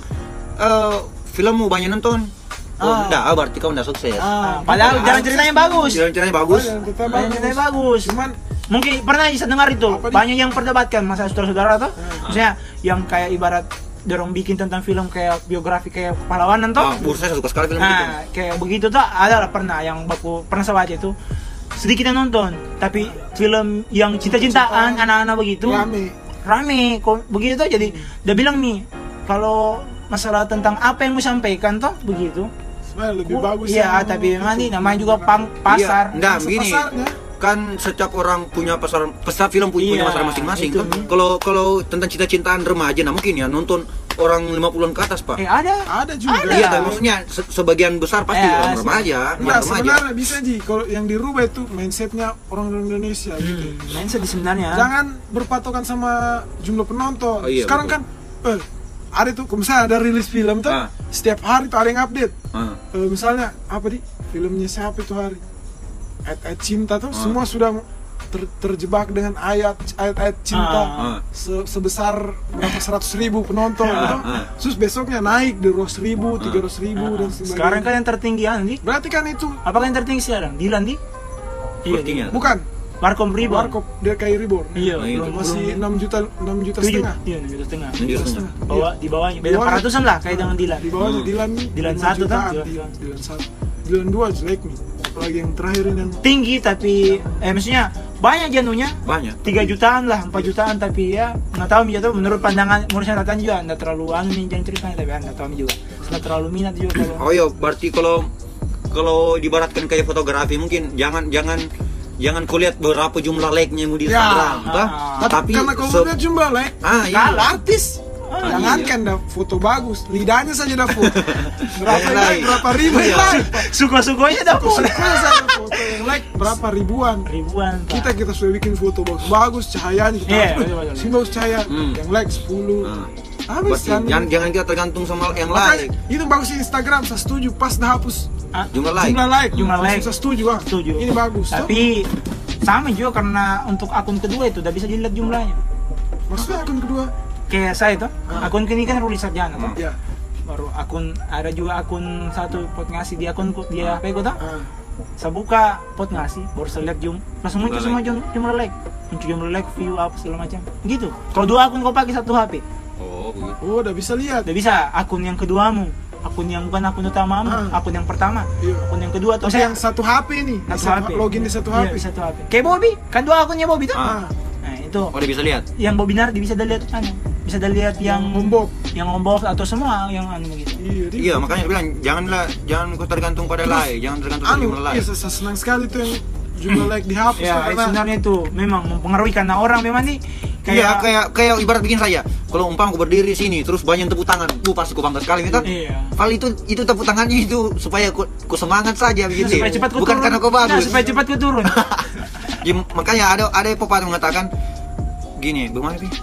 eh filmmu banyak nonton. Oh, Ah. enggak, ah, berarti kau enggak sukses. Ah, padahal gitu. jalan ceritanya bagus Jalan ceritanya bagus. Oh, jalan ceritanya Jalan ceritanya bagus Cuman mungkin pernah bisa dengar itu Apa di- banyak yang perdebatkan masa saudara-saudara tuh misalnya yang kayak ibarat dorong bikin tentang film kayak biografi kayak kepahlawanan tuh Ah, bursa saya suka sekali film itu. nah kayak begitu tuh ada lah pernah yang baku pernah saya baca itu sedikit yang nonton tapi film yang cinta-cintaan anak-anak begitu rame. rame kok begitu tuh jadi dia bilang nih kalau masalah tentang apa yang mau sampaikan tuh begitu Sebenarnya lebih bagus iya yang- tapi memang nih namanya juga pang, pasar Iya, enggak Pasar- begini. pasarnya. Kan setiap orang punya pasar, pasar film punya, punya Iya, pasar masing-masing. itu. Kan Kalau kalau tentang cinta-cintaan remaja, nah mungkin ya nonton orang lima puluhan ke atas, Pak. eh ada Ada juga. Ada. Iya, tapi maksudnya se- sebagian besar pasti Eh, orang se- remaja, yang Enggak, remaja. sebenarnya bisa Ji, kalau yang dirubah itu mindsetnya orang Indonesia gitu. main sedih sebenarnya Jangan berpatokan sama jumlah penonton. Oh, iya, Sekarang betul. kan, eh, ada tuh, kalau misalnya ada rilis film tuh, Ah. setiap hari tuh ada yang update. Ah. Eh, misalnya apa di filmnya siapa itu hari? Ayat-ayat cinta tuh Ah. semua sudah ter- terjebak dengan ayat ayat-ayat cinta Ah. se- sebesar berapa seratus ribu penonton Ah, gitu. ah. Terus besoknya naik dua ratus ribu, tiga ratus ribu dan sebagainya. sekarang kan yang tertinggi Andi Berarti kan itu apa yang tertinggi sekarang Dilan di iya Sepertinya. bukan Markom Reborn Warkop dia kayak Reborn. iya Nah, itu. belum Masih belum enam juta enam juta tujuh setengah. iya enam juta setengah Ini dia setengah. bawah di bawahnya beda Bawahnya. empat ratusan lah kayak dengan Dilan Di bawahnya Hmm. Dilan Dilan lima satu, jutaan. kan? Dilan, Dilan satu. Dilan dua jelek nih. apalagi yang terakhir ini yang tinggi tapi eh maksudnya banyak janunya Banyak. tiga jutaan lah, empat jutaan, tapi ya nggak tahu Mi, jatuh menurut pandangan menurut saya Nathan juga nggak terlalu anu nih jangan ceritanya, tapi nggak tahu Mi juga nggak terlalu minat juga kalau Oh iya, berarti kalau kalau dibaratkan kayak fotografi mungkin jangan jangan jangan kau lihat berapa jumlah like-nya mau di Ya, Instagram, toh. ah, tapi karena kalau se- lihat jumlah like ah iya. kalau artis Ah, jangankan dah foto bagus, lidahnya saja dah foto berapa Yang like, like. berapa ribu Iya. like, suka-sukanya dapur suka saja foto yang like berapa ribuan. ribuan Pak. Kita kita sudah bikin foto bagus, bagus cahayanya kita, Iya, "Wih, betul, betul. sini bagus cahaya, Hmm. yang like sepuluh, Ah. habis Berarti kan? jangan jangan kita tergantung sama yang Makanya, like. itu bagus di Instagram, saya setuju. Pas dah hapus Ah, Jumlah like. jumlah like, Jumlah langsung like. saya setuju ah. setuju Ini bagus. toh? tapi sama juga karena untuk akun kedua itu udah bisa dilihat jumlahnya Maksudnya akun kedua, kayak saya tuh Ah. akun ini kan Ruli Sarjana tuh. ya. Baru akun ada juga akun satu pot ngasih di akunku di H P ku tuh. Ah. Saya buka pot ngasih baru saya lihat jum langsung muncul Jumlah semua jum, jumlah like, muncul jumlah like, view apa segala macam gitu. Kalau dua akun kau pakai satu H P Oh, begitu. Oh, udah bisa lihat. udah bisa akun yang keduamu, akun yang bukan akun utamamu, Ah. akun yang pertama, Iya. akun yang kedua tuh Tapi yang satu H P nih, satu bisa H P login di satu Iya, H P. di satu H P kayak Bobby kan dua akunnya Bobby tuh. Ah. Ah, Nah itu Oh, udah bisa lihat. yang Bobby Nardi bisa dilihat anu, bisa dilihat yang Homebob. yang homebob atau semua yang anu begitu. Iya, dia- Iya, makanya aku bilang janganlah jangan kau tergantung pada Terus, like, jangan tergantung pada Anu, jumlah iya, like. saya saya senang sekali tuh yang jumlah like dihapus tuh, Ya, karena sebenarnya itu memang mempengaruhi karena orang memang nih Iya, kayak kayak kayak ibarat bikin saya. Kalau umpam aku berdiri di sini, terus banyak tepuk tangan, aku pasti aku bangga sekali, kan? Iya. Val itu itu tepuk tangannya itu supaya aku, aku semangat saja begitu. supaya cepat ku Bukan turun. karena kau Nah, bagus. supaya cepat ku turun. Ya, makanya ada ada pepatah mengatakan gini, bagaimana sih?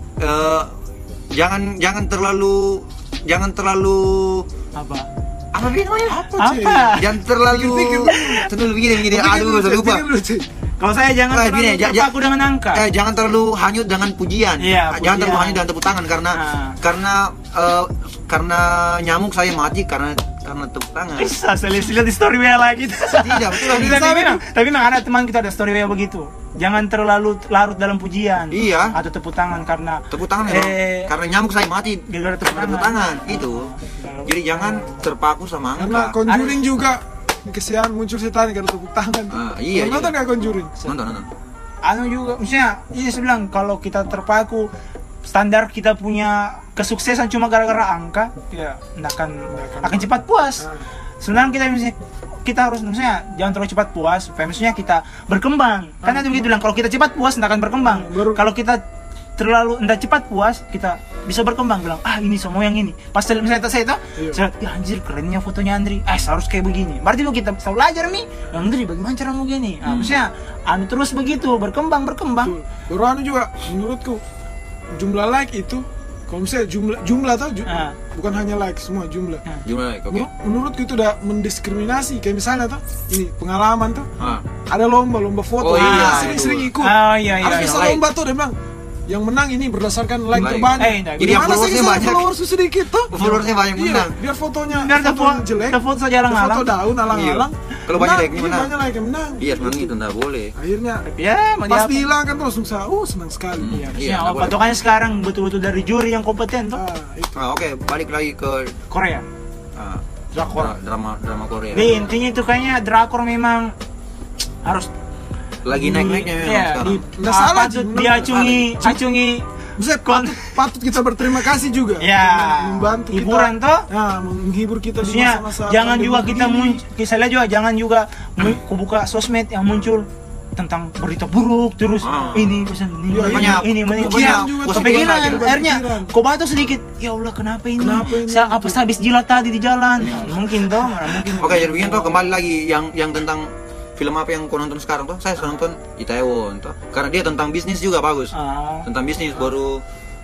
Eh, jangan jangan terlalu jangan terlalu Apa? apa sih namanya? apa Apa? Cik? Jangan terlalu Pikir-pikir dulu. terlalu begini begini. Pikir Aduh, dulu, saya Cik, lupa. pikir dulu, Cik. Kalau saya jangan Nah, terlalu gini, ja- ja- terpaku dengan angka. Eh, jangan terlalu hanyut dengan pujian. Iya, Jangan pujian. terlalu hanyut dengan tepuk tangan karena Ah. karena eh, karena nyamuk saya mati karena karena tepuk tangan. Bisa, saya lihat di story W A lagi. Tidak, betul. Tapi Bisa, memang, tapi memang ada teman kita ada story W A begitu. Jangan terlalu larut dalam pujian. Iya. Atau tepuk tangan karena Tepuk tangan memang. eh, Karena nyamuk saya mati gara-gara tepuk karena tepuk tangan. tangan. Itu. Jadi jangan terpaku sama Karena angka. Conjuring juga kesian muncul setan karena tepuk tangan. Ah, iya, Pernah iya. nonton nggak Conjuring? Nonton, nonton. anu juga maksudnya ini saya bilang kalau kita terpaku standar kita punya kesuksesan cuma gara-gara angka ya nggak akan akan cepat puas. Ah. Sebenarnya kita misalnya kita harus maksudnya jangan terlalu cepat puas supaya maksudnya kita berkembang. Kan ada begitu bilang kalau kita cepat puas nggak akan berkembang. Baru- Kalau kita terlalu enggak cepat puas kita bisa berkembang bilang ah ini semua yang ini pas saya- misalnya saya itu Iya. saya lihat, ya anjir kerennya fotonya Andri eh harus kayak begini berarti lu kita bisa belajar nih Andri bagaimana cara mau gini nah, maksudnya anu terus begitu berkembang berkembang Betul. Baru anu juga menurutku jumlah like itu kalau misalnya jumlah jumlah tuh ju- Ah. bukan hanya like semua jumlah. Gimana? Oke. Menurut, menurutku itu udah mendiskriminasi kayak misalnya tuh ini pengalaman tuh Ah. ada lomba lomba foto Oh, iya, Dia itu. sering-sering ikut. oh iya iya, Harus iya. bisa like. lomba tuh dia bilang yang menang ini berdasarkan like, Like. terbanyak. Eh, enggak, Jadi yang Gimana sih followersnya misalnya banyak. followers sedikit tuh? Followersnya banyak Iya, menang. biar fotonya biar ada foto foto jelek. ada foto saja ada alang-alang foto daun alang-alang. Iya. Kalau banyak like-nya iya, menang. banyak like yang menang. Iya, sebenarnya itu enggak boleh. Akhirnya ya mau pas diapa? dihilangkan tuh langsung saya, oh senang sekali. Iya, Iya, maksudnya nggak oh, boleh. patokannya sekarang betul-betul dari juri yang kompeten tuh Ah, itu. Ah, oke, balik lagi ke Korea ah, drakor dra- drama drama Korea. di intinya itu kayaknya drakor memang harus Lagi naik-naiknya memang Iya, sekarang. di, Nggak ah, salah, patut Ji. diacungi acungi Maksudnya Kon- patut, patut kita berterima kasih juga. ya karena membantu hiburan kita. toh Ya, menghibur kita di maksudnya masa-masa jangan pandemi juga kita ini. muncul saya lihat juga jangan juga mu- ku buka sosmed yang muncul tentang berita buruk terus Ah. ini pesan ini Iya, ini banyak. ini ini Kepikiran Iya, juga, kepikiran kepikiran. akhirnya Kepikiran. kau batu sedikit ya Allah kenapa ini, Kenapa ini? saya apa saya habis jilat tadi di jalan mungkin toh mungkin Oke, jadi begini tuh kembali lagi yang yang tentang film apa yang kau nonton sekarang tuh? Saya sudah nonton Itaewon tuh. Karena dia tentang bisnis juga bagus. Ah. Tentang bisnis baru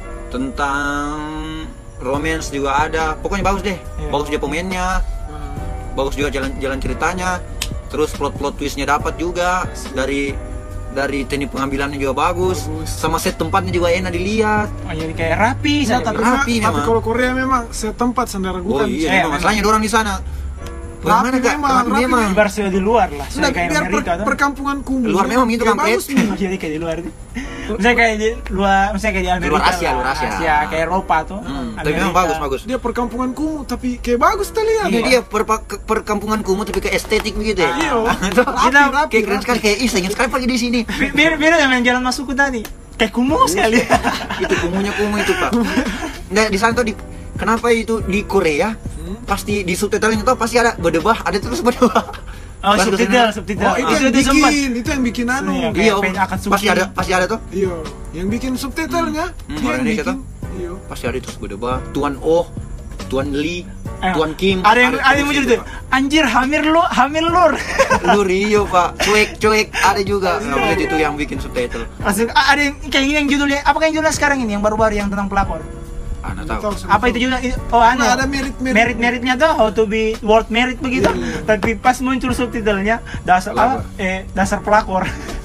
tentang romance juga ada. Pokoknya bagus deh. Iya. Bagus dia pemainnya, bagus juga jalan jalan ceritanya. Terus plot-plot twistnya dapat juga dari dari teknik pengambilannya juga bagus. Bagus. Sama set tempatnya juga enak dilihat. Oh, jadi kayak rapi Ya, saja tapi, rapi memang- tapi memang. kalau Korea memang setempat sendiri Oh bukan. iya, Saya- memang masalahnya orang di sana Bagaimana Rapi kak? memang, Rapi rapi memang. Ibarat sudah di luar lah. Sudah Saya kayak biar per, Amerika tuh. perkampungan kumuh. Luar memang itu Kayak kampret. bagus nih. Jadi kayak di luar nih. Misalnya kayak di luar, misalnya kayak di Amerika. Luar Asia, lah. luar Asia. kayak Eropa tuh. Hmm, tapi Amerika. memang bagus bagus. Dia perkampungan kumuh tapi kayak bagus terlihat. Ini dia perpa- ke- perkampungan kumuh tapi ke estetik begitu ya. Iya. Tuh, Kita rapi, kayak keren rapi. sekali kayak ih saya ingin sekali pergi di sini. Bi- Biar biar yang jalan masukku tadi. Kayak kumuh sekali. Itu kumuhnya kumuh itu pak. Nggak di sana tuh di kenapa itu di Korea pasti di subtitlenya tuh pasti ada berdebah ada terus berdebah. Oh, Pas subtitle, kesana- subtitle. Oh, itu Itu yang itu sempat. bikin, itu yang bikin anu. Iya. Iya, Kayak pengen akan pasti subtitle. ada pasti ada tuh. Iya, yang bikin subtitlenya Hmm, dia orang yang Indonesia bikin. tuh. Iya. Pasti ada terus berdebah. Tuan Oh, Tuan Lee, Eh, Tuan Kim. Ada yang ada yang terus muncul itu, tuh. Anjir, hamil lu, hamil lur. Pak. Lu Rio pak, cuek cuek ada juga. Nggak boleh itu yang bikin subtitle. Langsung ah, ada yang kayak ini yang judulnya apa yang judulnya sekarang ini yang baru-baru yang tentang pelakor. Ah, nggak Tahu, tahu. tahu. Apa itu juga oh anu Nah, ada merit-merit. merit-meritnya tuh how to be world merit begitu. Iya. Tapi pas muncul subtitlenya dasar Pelakor. apa eh dasar pelakor.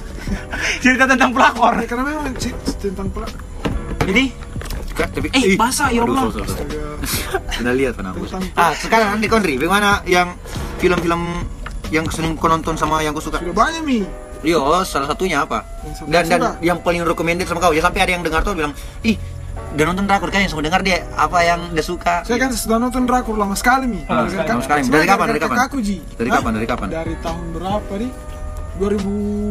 Cerita tentang pelakor. Karena memang sih tentang pelak. Jadi Kak, tapi Eh, basah, ya Aduh, Allah. sorry, sorry. Astaga. Sudah lihat kan aku. Tentang Ah, sekarang di Konri, bagaimana yang film-film yang sering kau nonton sama yang kau suka? sudah banyak mi. Yo, salah satunya apa? Yang saya Dan dan suka. yang paling recommended sama kau. Ya sampai ada yang dengar tuh bilang, "Ih, udah nonton drakor kayaknya semua dengar dia apa yang dia suka." Saya kan sudah nonton drakor lama sekali mi. Ah, Gara-gara lama sekali. sebenarnya Dari kapan? Dari gara-gara kapan? kakakku, Ji. Dari Hah? kapan? Dari kapan? Dari tahun berapa di? dua ribu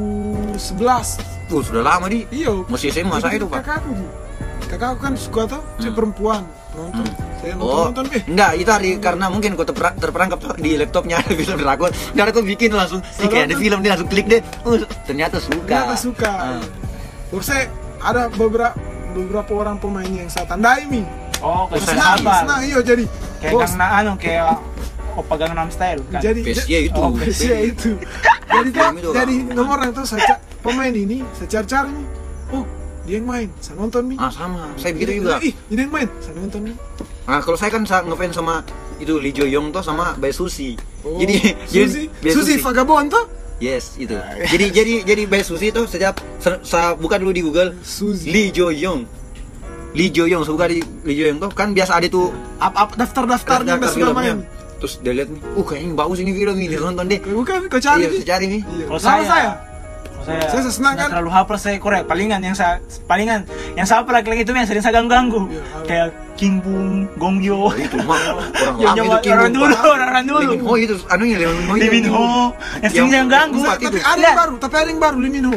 sebelas. Tuh, sudah lama di. Iya. Masih S M A saya itu, Pak. Kakakku, Ji. Kakakku kan suka tuh, saya Hmm. perempuan nonton. Saya nonton Oh, nonton eh. enggak, itu hari karena mungkin kau terper- terperangkap tuh di laptopnya ada film drakor. Dan aku bikin langsung, ih kayak ada film dia langsung klik deh. Uh, ternyata suka. Ternyata suka. Ah. Terus saya ada beberapa beberapa orang pemain yang saya tandai mi. oh kayak Senang, sahabat. senang iya jadi. Kayak Bos, Gangnam anu kayak Oppa Gangnam Style kan. jadi P S Y itu. Oh, P S Y itu. jadi tuh, Film itu, jadi Kak. nomor yang tuh saya ca- pemain ini saya cari-cari nih. Oh, dia yang main. Saya nonton nih. Ah, sama. Saya begitu juga. Ih, ini yang main. Saya nonton nih. Nah, kalau saya kan sa- ngefans sama itu Lee Jo Young tuh sama Bae Suzy. Oh, Jadi Suzy, Bae Suzy Vagabond tuh. Yes, itu. Jadi jadi jadi Bae Suzy itu sejak sa, sa- buka dulu di Google Suzy. Lee Jo Young. Lee Jo Young, saya buka di Lee Jo Young tuh kan biasa ada tuh Apa daftar-daftarnya daftar udah sudah filmnya. main. Terus dia lihat nih, uh kayaknya ini bagus ini film ini, nonton deh. Bukan kau cari Iya, nih. saya cari nih. Iya. Kalau Sama saya, saya. kalau saya, Saya senang nggak kan? terlalu hafal saya Korea. Palingan yang saya palingan yang saya hafal lagi itu yang sering saya ganggu-ganggu. Iya, apa? Kayak Kim Bum, Gong Yoo. Oh, itu mah orang Yang lama nyawa- itu Kim orang Bum, dulu, Pak. orang dulu. Lee Min Ho itu anunya Lee Min Ho. Lee Min Ho yang sering yang ganggu. Empat Tapi itu. ada yang baru, tapi ada yang baru Lee Min Ho.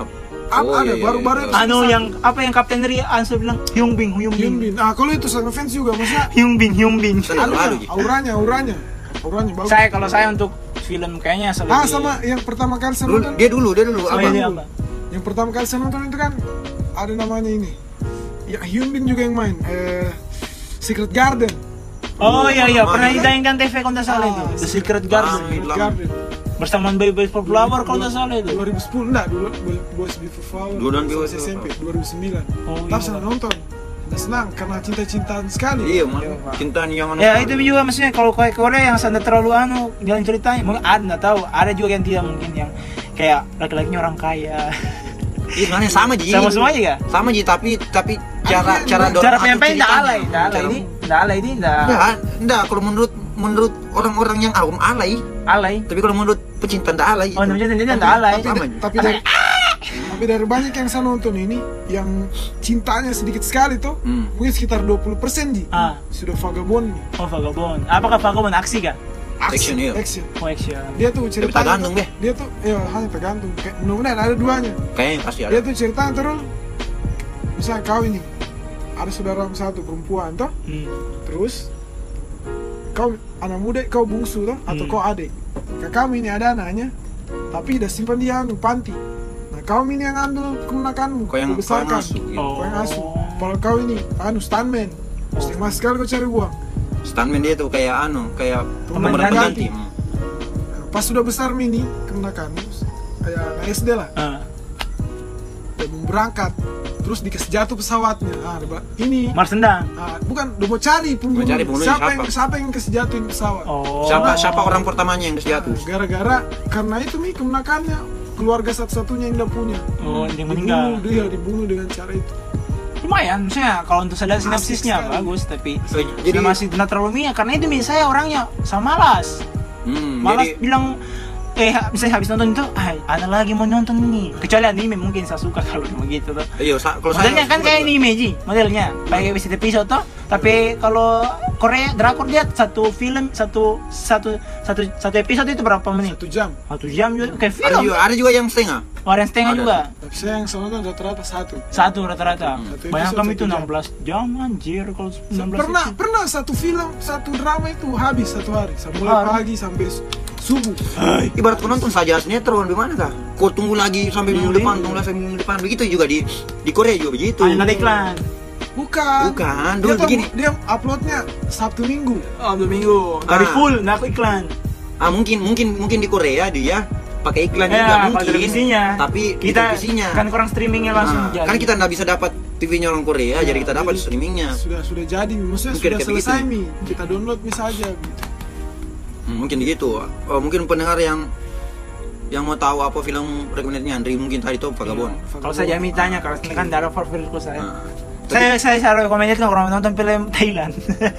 Apa Oh, ada iya, iya, baru-baru iya. itu Anu satu. yang apa yang Kapten dari Anso bilang Hyung Bin, Hyung Hyun Bin, Bin. Ah, kalau itu saya ngefans juga maksudnya. Hyung Bin, Hyung Bin. Saya Anunya, baru, Ji. auranya, auranya. Auranya bagus. Saya kalau saya untuk film kayaknya selalu Ah, sama yang pertama kali saya Dulu, nonton. dia dulu, dia dulu Oh, apa? ini apa? Yang pertama kali saya nonton itu kan ada namanya ini. Ya Hyun Bin juga yang main. Eh, Secret Garden. Oh iya iya, Lama pernah ya. ditayangkan T V kalau tidak salah itu. Ah, The Secret Garden. Ah, Secret lama. Garden. Bersama Baby Boys for Flower kalau tidak salah itu. dua ribu sepuluh enggak, dulu Boys Before Flower. Dulu dan Boys Saya Before S M P Flower. dua ribu sembilan. Oh, Tapi iya. saya nonton. Dan senang karena cinta-cintaan sekali. Iya, mah. Iya, Pak. Cintaan yang anu. Ya itu juga maksudnya kalau kayak Korea yang sangat terlalu anu jalan ceritanya mungkin ada nggak tahu ada juga yang tidak mungkin yang kayak laki-lakinya orang kaya Iya, sebenarnya sama Ji. sama semua aja gak? Sama Ji, tapi tapi cara Ada- cara ada- dorong Cara aku penyampaian tidak ceritanya. alay, tidak alay Cara- ini, tidak alay ini tidak Enggak, enggak kalau menurut menurut orang-orang yang awam alay, alay. tapi kalau menurut pecinta enggak alay. Oh namanya tidak tidak alay. Tapi, Sama. tapi dari tapi dari banyak yang saya nonton ini yang cintanya sedikit sekali tuh, Hmm. mungkin sekitar dua puluh persen Ji. Ah, Sudah vagabond nih. oh vagabond. Apakah vagabond aksi kah? Action, iya. Action. Oh action. Dia tuh ceritanya tergantung tuh- deh. Dia tuh ya hanya tergantung. Kayak mudah-mudahan ada duanya. Kayaknya pasti ada. Dia tuh ceritanya terus misalnya kau ini ada saudara satu perempuan toh, Hmm. terus kau anak muda, kau bungsu toh atau Hmm. kau adik. Kakak ini ada anaknya, tapi udah simpan dia anu panti. Nah kau ini yang ambil kemenakanmu, Kau yang kau kau yang besarkan. masuk. Gitu. Kau yang asuh. Kalau kau ini anu stuntman, setengah sekali kau cari uang. Stuntman dia tuh kayak anu, kayak Pemain pemeran ganti. pengganti. Hmm. Nah, pas sudah besar mini kemenakanmu, kayak anak S D lah, Ah. udah mau berangkat, terus dikasih jatuh pesawatnya. Ah, ada- ini Mars Sendang. Ah, bukan, udah mau cari pembunuh. Mau cari pembunuhnya siapa, yang siapa? siapa yang kasih jatuhin pesawat? Oh. Siapa siapa orang pertamanya yang kasih jatuh? Nah, gara-gara karena itu mi kemenakannya keluarga satu-satunya yang udah punya. Oh, yang Dibunuh, meninggal. dia dibunuh dengan cara itu. Lumayan, misalnya kalau untuk saya lihat sinopsisnya sekali. bagus, tapi So, jadi jadi masih tidak terlalu minyak karena itu mi saya orangnya sama malas. Hmm, Malas jadi- bilang eh ha- misalnya habis nonton itu, ah ada lagi mau nonton nih. Kecuali anime mungkin saya suka kalau begitu tuh. Iya, sa- kalau saya Modelnya kan suka kayak juga. anime Ji, modelnya pakai episode episode toh. Tapi kalau Korea drakor dia satu film satu satu satu satu episode itu berapa menit? Satu jam. Satu jam juga kayak Ada film. juga, ada juga yang setengah. Orang setengah Ada. juga. Tapi saya yang saya nonton rata-rata satu. Satu rata-rata. Satu Bayangkan episode itu satu jam. enam belas jam anjir kalau enam belas. Pernah pernah satu film, satu drama itu habis satu hari, mulai Ah. pagi sampai su- subuh. Ibarat kau nonton saja sinetron, bagaimana kah? Kau tunggu lagi sampai minggu Iya. depan, tunggu lagi sampai minggu depan. Begitu juga di di Korea juga begitu. Ah, ada iklan. Bukan. Bukan, Dia, dulu tuh- begini. dia uploadnya Sabtu Minggu. Oh, dua minggu. Tapi Ah. full, nggak aku iklan. Ah mungkin mungkin mungkin di Korea dia pakai iklan juga Ya, mungkin. kalau televisinya. Tapi di kita televisinya. kan kurang streamingnya langsung Ah, jadi. kan kita nggak bisa dapat T V-nya orang Korea, jadi kita dapat Jadi, streamingnya. Sudah sudah jadi, maksudnya Mungkin sudah kayak selesai begitu. nih. Kita download nih saja. Gitu. Hmm, mungkin begitu. Oh, mungkin pendengar yang yang mau tahu apa film rekomendasinya Andri mungkin tadi tuh Vagabond. Kalau saya Jami tanya, kalau kan darah favoritku saya. Ah. Saya saya saya rekomendasikan orang nonton film Thailand.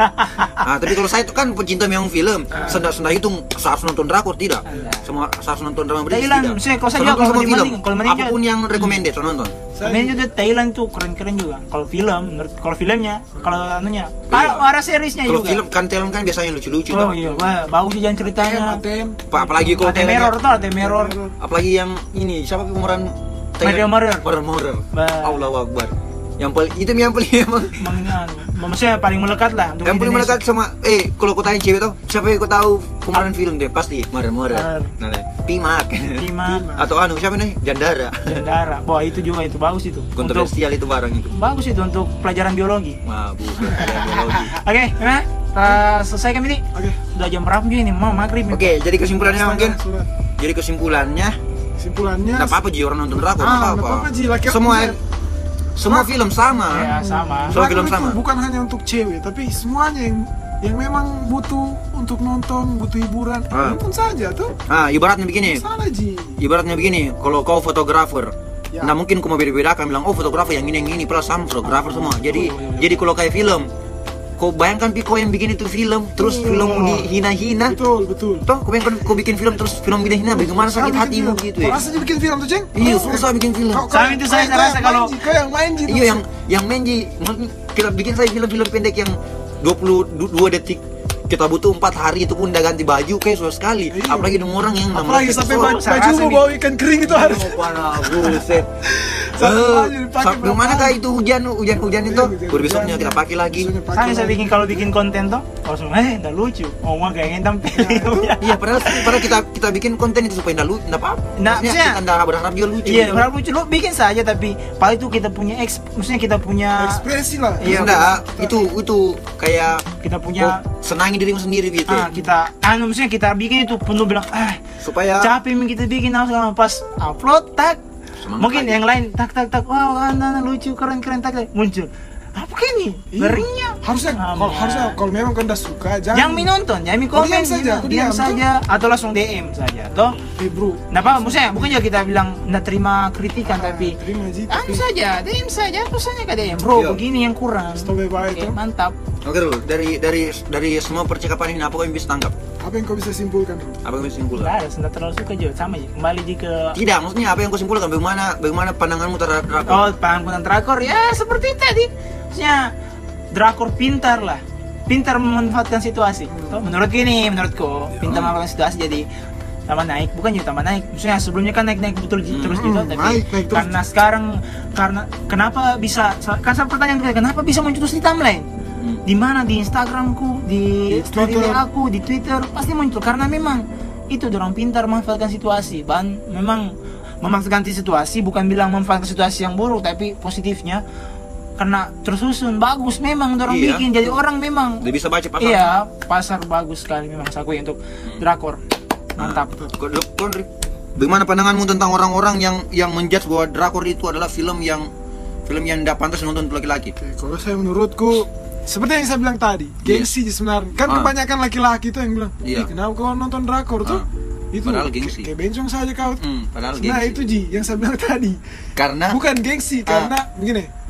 Ah, tapi kalau saya itu kan pecinta memang film. Senda-senda itu saya harus nonton drakor tidak. Ada. Semua saya harus nonton drama British Thailand, tidak. maksudnya kalau saya Saya juga nonton kalau semua film. mending- kalau mending Apapun yang recommended saya nonton. Saya Kemudian juga Thailand tuh keren-keren juga. Kalau film, menurut kalau filmnya, kalau anunya, Iya. kalau ada seriesnya Kalau juga. film kan Thailand kan biasanya lucu-lucu. Oh tau. iya, wah, bagus sih jalan ceritanya. Atem, Pa- Apalagi kalau Ada Thailand- Mirror tuh, ada Mirror. apalagi yang ini siapa pemeran Mario Mario. Mario Mario. Bah. Allahu Akbar. Yang paling itu yang paling emang Mengan, maksudnya paling melekat lah untuk yang paling Indonesia. melekat sama eh kalau kau tanya cewek tau siapa yang kau tahu pemeran film deh pasti Mario Mario. Mario. Nah, lah, Pimak. Lima, Atau anu siapa nih? Jandara. Jandara. Wah itu juga itu bagus itu. Untuk, Kontroversial itu barang itu. bagus itu untuk pelajaran biologi. Wah, bukan ada biologi. Oke, nah, kita selesai kan ini. Oke. Udah jam berapa juga ini? Mau maghrib nih. Oke, jadi kesimpulannya mungkin Surat. jadi kesimpulannya Kesimpulannya. enggak apa-apa Ji orang nonton drakor, Ah, enggak nggak apa-apa. apa-apa, Ji. Laki- Semua maksudnya- semua film sama. Ya sama. So, film drakor itu sama. bukan hanya untuk cewek, tapi semuanya yang yang memang butuh untuk nonton, butuh hiburan, Ah. nonton saja tuh. Ah, ibaratnya begini. Salah Ji. Ibaratnya begini, kalau kau fotografer, Ya. nah mungkin kau mau beda-bedakan bilang oh fotografer yang ini yang ini, padahal sama fotografer semua. Jadi jadi kalau kayak film, kau bayangkan Piko yang bikin itu film, terus Betul. film dihina-hina, Betul, betul. toh kau bayangkan kau bikin film terus film dihina, bagaimana sakit Kau bikin hatimu film. gitu Kau ya? rasa dia bikin film tuh, Ceng? Iya, Oh, susah bikin film. Kau- kau Sama yang- itu kau saya yang- rasa kau yang kalau- main, Ji. Kau yang main Ji, tuh. Iya yang yang main Ji, kita bikin saya film-film pendek yang dua puluh dua detik. Kita butuh empat hari itu pun udah ganti baju kayak susah sekali. Iya. Apalagi dengan orang yang Apalagi sampai baju, saya baju rasa mau nih. bawa ikan kering itu harus. Oh, parah, buset. Satu Eh, baju dipakai sa- berapa Gimana hari? kah itu hujan hujan-hujan itu? Iya, hujan- Baru besoknya hujan. kita pakai lagi. Besoknya pakai Sama saya lagi. bikin kalau bikin konten tuh, langsung eh udah lucu. Oh mau kayak ngentam Ya, Iya, padahal padahal kita kita bikin konten itu supaya nggak lucu, nggak apa-apa. Nah, Maksudnya maksudnya- kita nggak berharap dia lucu. Iya, berapa lucu lu bikin saja tapi paling itu kita punya eks, maksudnya kita punya Ekspresi lah. Iya, enggak, itu itu kayak kita punya oh, senangi dirimu sendiri gitu. ah kita anu maksudnya kita bikin itu penuh bilang ah Supaya capek nih kita bikin harus lama pas upload tak Semangat mungkin aja. yang lain tak tak tak wow anak lucu keren keren tak tak, muncul apa kayak ini Iya. ngerinya Harusnya Ah, kalau man. harusnya kalau memang kau udah suka jangan. yang mi nonton jangan mi Kau komen diam saja, diam, kau diam diam, saja atau langsung D M saja toh Eh bro. nah apa maksudnya bukan juga kita bilang nggak terima kritikan Ah, tapi terima Ji, anu tapi saja D M saja pesannya ke D M bro Iya. begini yang kurang stop baik oke itu. mantap Oke dulu, dari dari dari semua percakapan ini apa yang bisa tangkap? Apa yang kau bisa simpulkan? Bro? Apa yang bisa simpulkan? nggak ada sudah terlalu suka juga sama ya kembali di ke Tidak, maksudnya apa yang kau simpulkan? Bagaimana bagaimana pandanganmu terhadap drakor? oh pangkutan drakor ya seperti tadi maksudnya drakor pintar lah pintar memanfaatkan situasi Toh, menurut gini menurutku pintar memanfaatkan situasi jadi tambah naik bukan juga tambah naik maksudnya sebelumnya kan naik naik betul Hmm, terus gitu tapi naik, naik terus. karena sekarang karena kenapa bisa kan saya pertanyaan gue, kenapa bisa muncul terus di timeline di mana di Instagramku di Di story Twitter. aku di Twitter pasti muncul karena memang itu orang pintar memanfaatkan situasi ban memang memanfaatkan situasi bukan bilang memanfaatkan situasi yang buruk tapi positifnya karena tersusun bagus memang orang Iya. bikin jadi orang memang Udah bisa baca pasal. iya pasar bagus sekali memang saya akui untuk drakor mantap Kau- kau- kau, Ri, bagaimana pandanganmu tentang orang-orang yang yang menjudge bahwa drakor itu adalah film yang film yang tidak pantas nonton untuk laki-laki? Oke, kalau saya menurutku seperti yang saya bilang tadi, gengsi sebenarnya. Kan Ah. kebanyakan laki-laki itu yang bilang, Iya. "Ih, kenapa kau nonton drakor tuh?" Ah. Itu Padahal gengsi. kayak bencong saja kau. Hmm, padahal Nah, gengsi. itu Ji yang saya bilang tadi. Karena Bukan gengsi Ah. karena begini.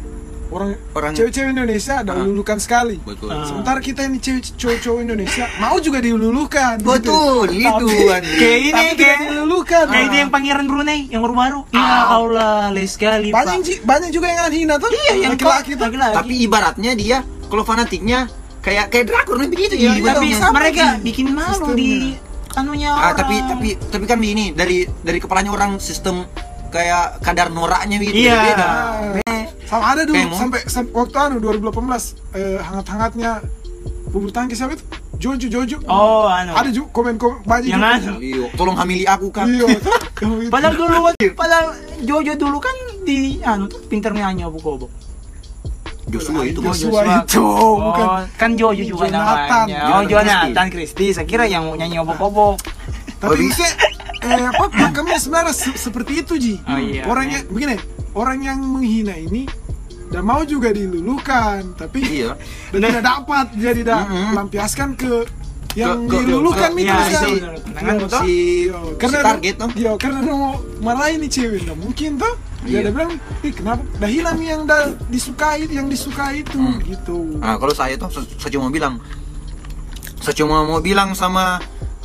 orang, Orang- cewek-cewek Indonesia ada Ah. ululukan sekali. Betul. Ah. Sementara kita ini cewek cowok-cowok Indonesia mau juga diululukan. Betul, gitu. itu. Tapi- Kayak ini, tapi tidak kayak- diululukan. Kayak itu yang pangeran Brunei yang baru-baru. Ya Allah, les sekali banyak Pak. ji- banyak juga yang hina tuh. Iya, yang laki-laki tuh. laki-laki. Tapi ibaratnya dia kalau fanatiknya kayak kayak drakor nih begitu Iya, ya. tapi sama mereka sih bikin malu di anunya Ah, orang. tapi tapi tapi kan ini dari dari kepalanya orang sistem kayak kadar noraknya gitu Iya. beda. Ah, sama ada dulu Kayak mau- sampai, sampai waktu anu dua ribu delapan belas eh, hangat-hangatnya bulu tangkis siapa itu? Jojo Jojo. Oh, anu. Ada juga komen-komen banyak Yang juga. anu. Iyo, tolong hamili aku kan. Iya. Padahal dulu padahal Jojo dulu kan di anu tuh pinter nyanyi Abu Kobo. Joshua itu bos. Joshua itu, bukan. Oh, kan Jojo juga Jonathan. namanya. Oh, Jonathan Jonathan Christie. Saya kira yang nyanyi Abu Kobo. Tapi Lebih- maksudnya eh, apa makamnya sebenarnya se- seperti itu Ji. Oh, iya. Orangnya begini, orang yang menghina ini dan mau juga dilulukan, tapi Iya. dan tidak dapat jadi tidak Mm-mm. melampiaskan ke yang Ke- ke- dilulukan ke- itu iya, bisa. itu benar. Tenangan, Iya, betul. Si, Iya, si karena target tuh. Iya, karena dia mau marahin nih cewek, nggak mungkin tuh. Dia Iya. ada bilang, ih kenapa? Dah hilang yang dah disukai, yang disukai itu, Hmm. gitu. Nah, kalau saya tuh saya, saya cuma bilang saya cuma mau bilang sama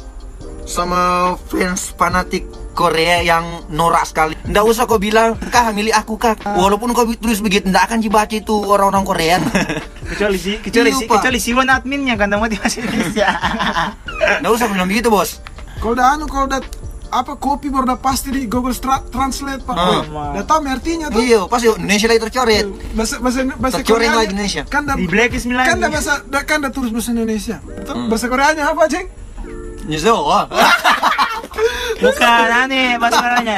sama fans fanatik Korea yang norak sekali. Nggak usah kau bilang, kah milih aku kah. Walaupun kau tulis begitu, nggak akan dibaca itu orang-orang Korea. Kecuali si kecuali Iya, si Pak. kecuali si Wan adminnya kan tamu di bahasa Indonesia. Nggak usah bilang begitu bos. Kalau udah anu, kalau udah apa kopi baru udah pasti di Google Tra- Translate pak. Ah. Oh, udah tahu artinya tuh. Iya, pasti Indonesia lagi tercoret. Bahasa bahasa bahasa Tercoreng Koreanya lagi Indonesia. Kan dah, Di blacklist lagi. kan dah bahasa dah, kan dah tulis bahasa Indonesia. Betul? Hmm. Bahasa Koreanya apa, Ceng? Nyesel, wah. Bukan aneh bahasa Koreanya.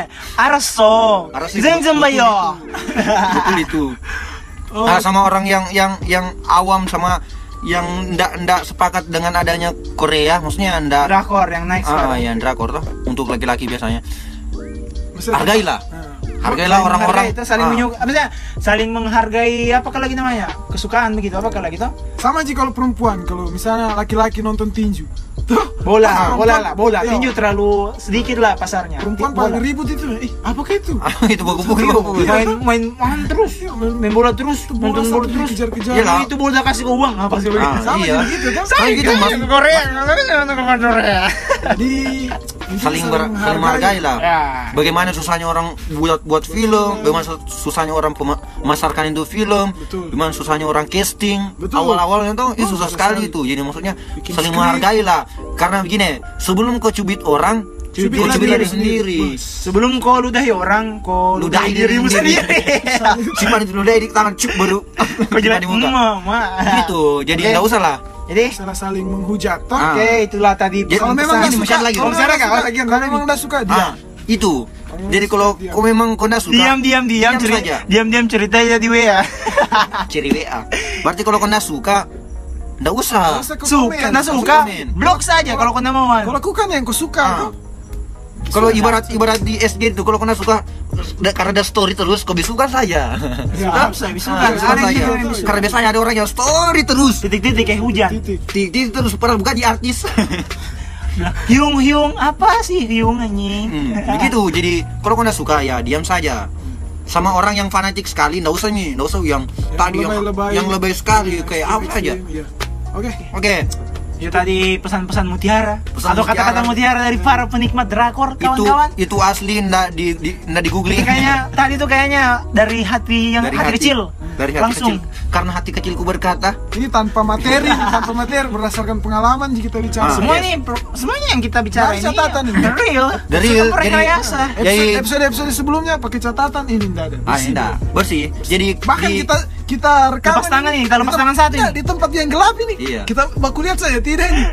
Araso. Araso. Zeng bayo. Betul itu. Oh. Nah, sama orang yang yang yang awam sama yang ndak ndak sepakat dengan adanya Korea, maksudnya ndak Drakor yang naik ah sekarang. yang drakor tuh untuk laki-laki biasanya. Maksudnya- Hargailah. Ah. Hargailah Saling orang-orang menghargai itu saling ah. menyuka, apa sih? Saling menghargai apa lagi namanya? Kesukaan begitu apa lagi tuh? Sama sih kalau perempuan, kalau misalnya laki-laki nonton tinju. Tuh, Bola, pas bola perempuan- lah, bola. iya, Tinju terlalu sedikit lah pasarnya. Perempuan Bola. paling ribut itu. Ih, apa kayak itu? itu pukul-pukul pukul. main main main terus, main bola terus, Bola nonton bola sampai terus. dikejar-kejar. Iya lah. Itu bola kasih ke uang apa sih begitu? Ah, Sama iya. juga gitu kan? Sama gitu mas. Ke Korea, nonton ke Korea. Di Saling ber, saling menghargai lah. Ya. Bagaimana susahnya orang buat buat film, bagaimana susahnya orang pema- memasarkan itu film, Betul. bagaimana susahnya orang casting. Betul. Awal-awalnya tuh itu Oh, susah susah sekali sekali. itu. Jadi maksudnya Bikin saling skrip. menghargai lah. Karena begini, sebelum kau cubit orang, Cubit kau lagi cubit diri diri sendiri. sendiri. Sebelum kau ludahi orang, kau Ludahi ludahi dirimu sendiri. Simpan itu dulu di tangan cuk baru. Kau jelas di muka. mama. Gitu. Jadi Oke. enggak usah lah. Jadi, salah saling menghujat toh. Ah. oke itulah tadi. Jadi Kalau pesan- memang ini nggak masih ada suka, lagi. kalau Masih ada memang nggak? nggak Lagi, suka, kalau memang nggak suka dia. Ah, itu. Jadi kalau Diam. kau memang kau nggak suka, diam diam diam diam cerita saja. diam diam cerita aja di W A. Ciri W A. Berarti kalau kau nggak suka, nggak usah. Nggak usah kau Suka, komen. nah langsung suka, komen. blok saja kalau kau nggak mau. Kalau aku kan yang kau suka. Ah. tuh. Kalau ibarat ibarat di S D itu kalau kau nggak suka, da- karena ada story terus, kau bisukan saja. Ya, bisa, bisa. Ah, bisukan Ada saja. juga yang bisukan. Karena biasanya ada orang yang story terus. Titik-titik kayak hujan. Titik. Titik terus padahal bukan di artis. Bilang, Hyung Hyung apa sih Hyung anjing? Hmm, begitu. Jadi kalau kau nggak suka ya diam saja. Sama orang yang fanatik sekali, nggak usah nih, nggak usah yang, tadi yang lebay-lebay. yang lebay sekali kayak apa saja. Iya. Oke. Oke. Itu tadi pesan-pesan mutiara Pesan atau kata-kata mutiara dari para penikmat drakor Itu kawan-kawan. itu asli ndak di, di ndak di googling. Kayaknya tadi tuh kayaknya dari hati yang Dari hati, hati. kecil. Dari hati langsung. kecil. Karena hati kecilku berkata, Ini tanpa materi, tanpa materi berdasarkan pengalaman jika kita bicara. Ah, Semua yes. ini pro- semuanya yang kita bicara Dari ini catatan ini. the real. Dari Bukan jadi rekayasa. jadi Episode episode sebelumnya pakai catatan ini enggak ada. ah Bersih. enggak bersih. Jadi Bahkan di- kita kita rekaman Lepas tangan ini, ini, kita lepas di tem- tangan satu Enggak, ini. di tempat yang gelap ini. Iya. Kita baku lihat saja tidak ini.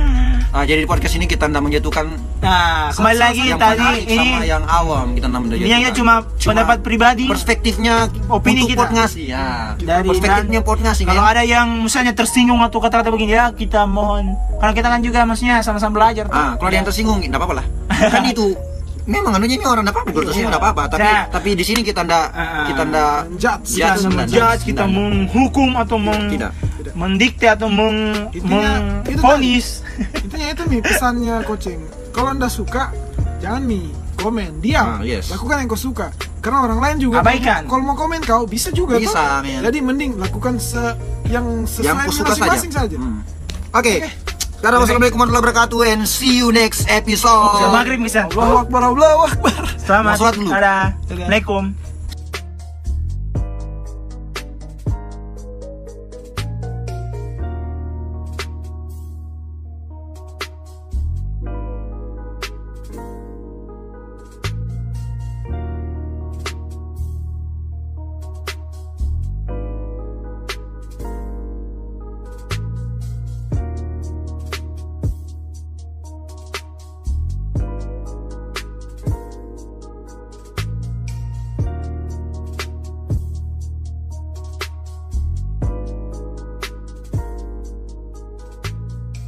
ah, jadi di podcast ini kita tidak menjatuhkan Nah, kembali Sama- lagi yang tadi fanatik ini sama yang awam, kita tidak menjatuhkan. ini hanya cuma, pendapat pribadi. Perspektifnya Opini untuk kita. pot ngasih ya. Dari Perspektifnya pot ngasih Kalau ya. ada yang misalnya tersinggung atau kata-kata begini ya kita mohon, karena kita kan juga maksudnya sama-sama belajar tuh. Ah, kalau ada yang tersinggung enggak apa-apa lah. Kan itu memang anunya ini orang enggak apa-apa, kalau tersinggung enggak apa-apa, tapi Nah. tapi di sini kita enggak Ah. kita enggak Judge. Kita judge, enggak, menjudge, kita enggak. menghukum atau meng Tidak. mendikte atau meng Intinya, itu mengfonis. Intinya itu nih pesannya Koceng. Kalau anda suka, jangan nih komen, diam. Ah, yes. Lakukan yang kau suka. karena orang lain juga Abaikan. kalau mau komen kau bisa juga Bisa, toh. men. Jadi mending lakukan se yang sesuai Yang ku suka masing-masing saja. saja. Hmm. Oke. Sekarang wassalamualaikum warahmatullahi wabarakatuh and see you next episode. Selamat maghrib bisa. Allahu Akbar, Allahu Akbar. Selamat. Mau sholat dulu. Dadah. Assalamualaikum.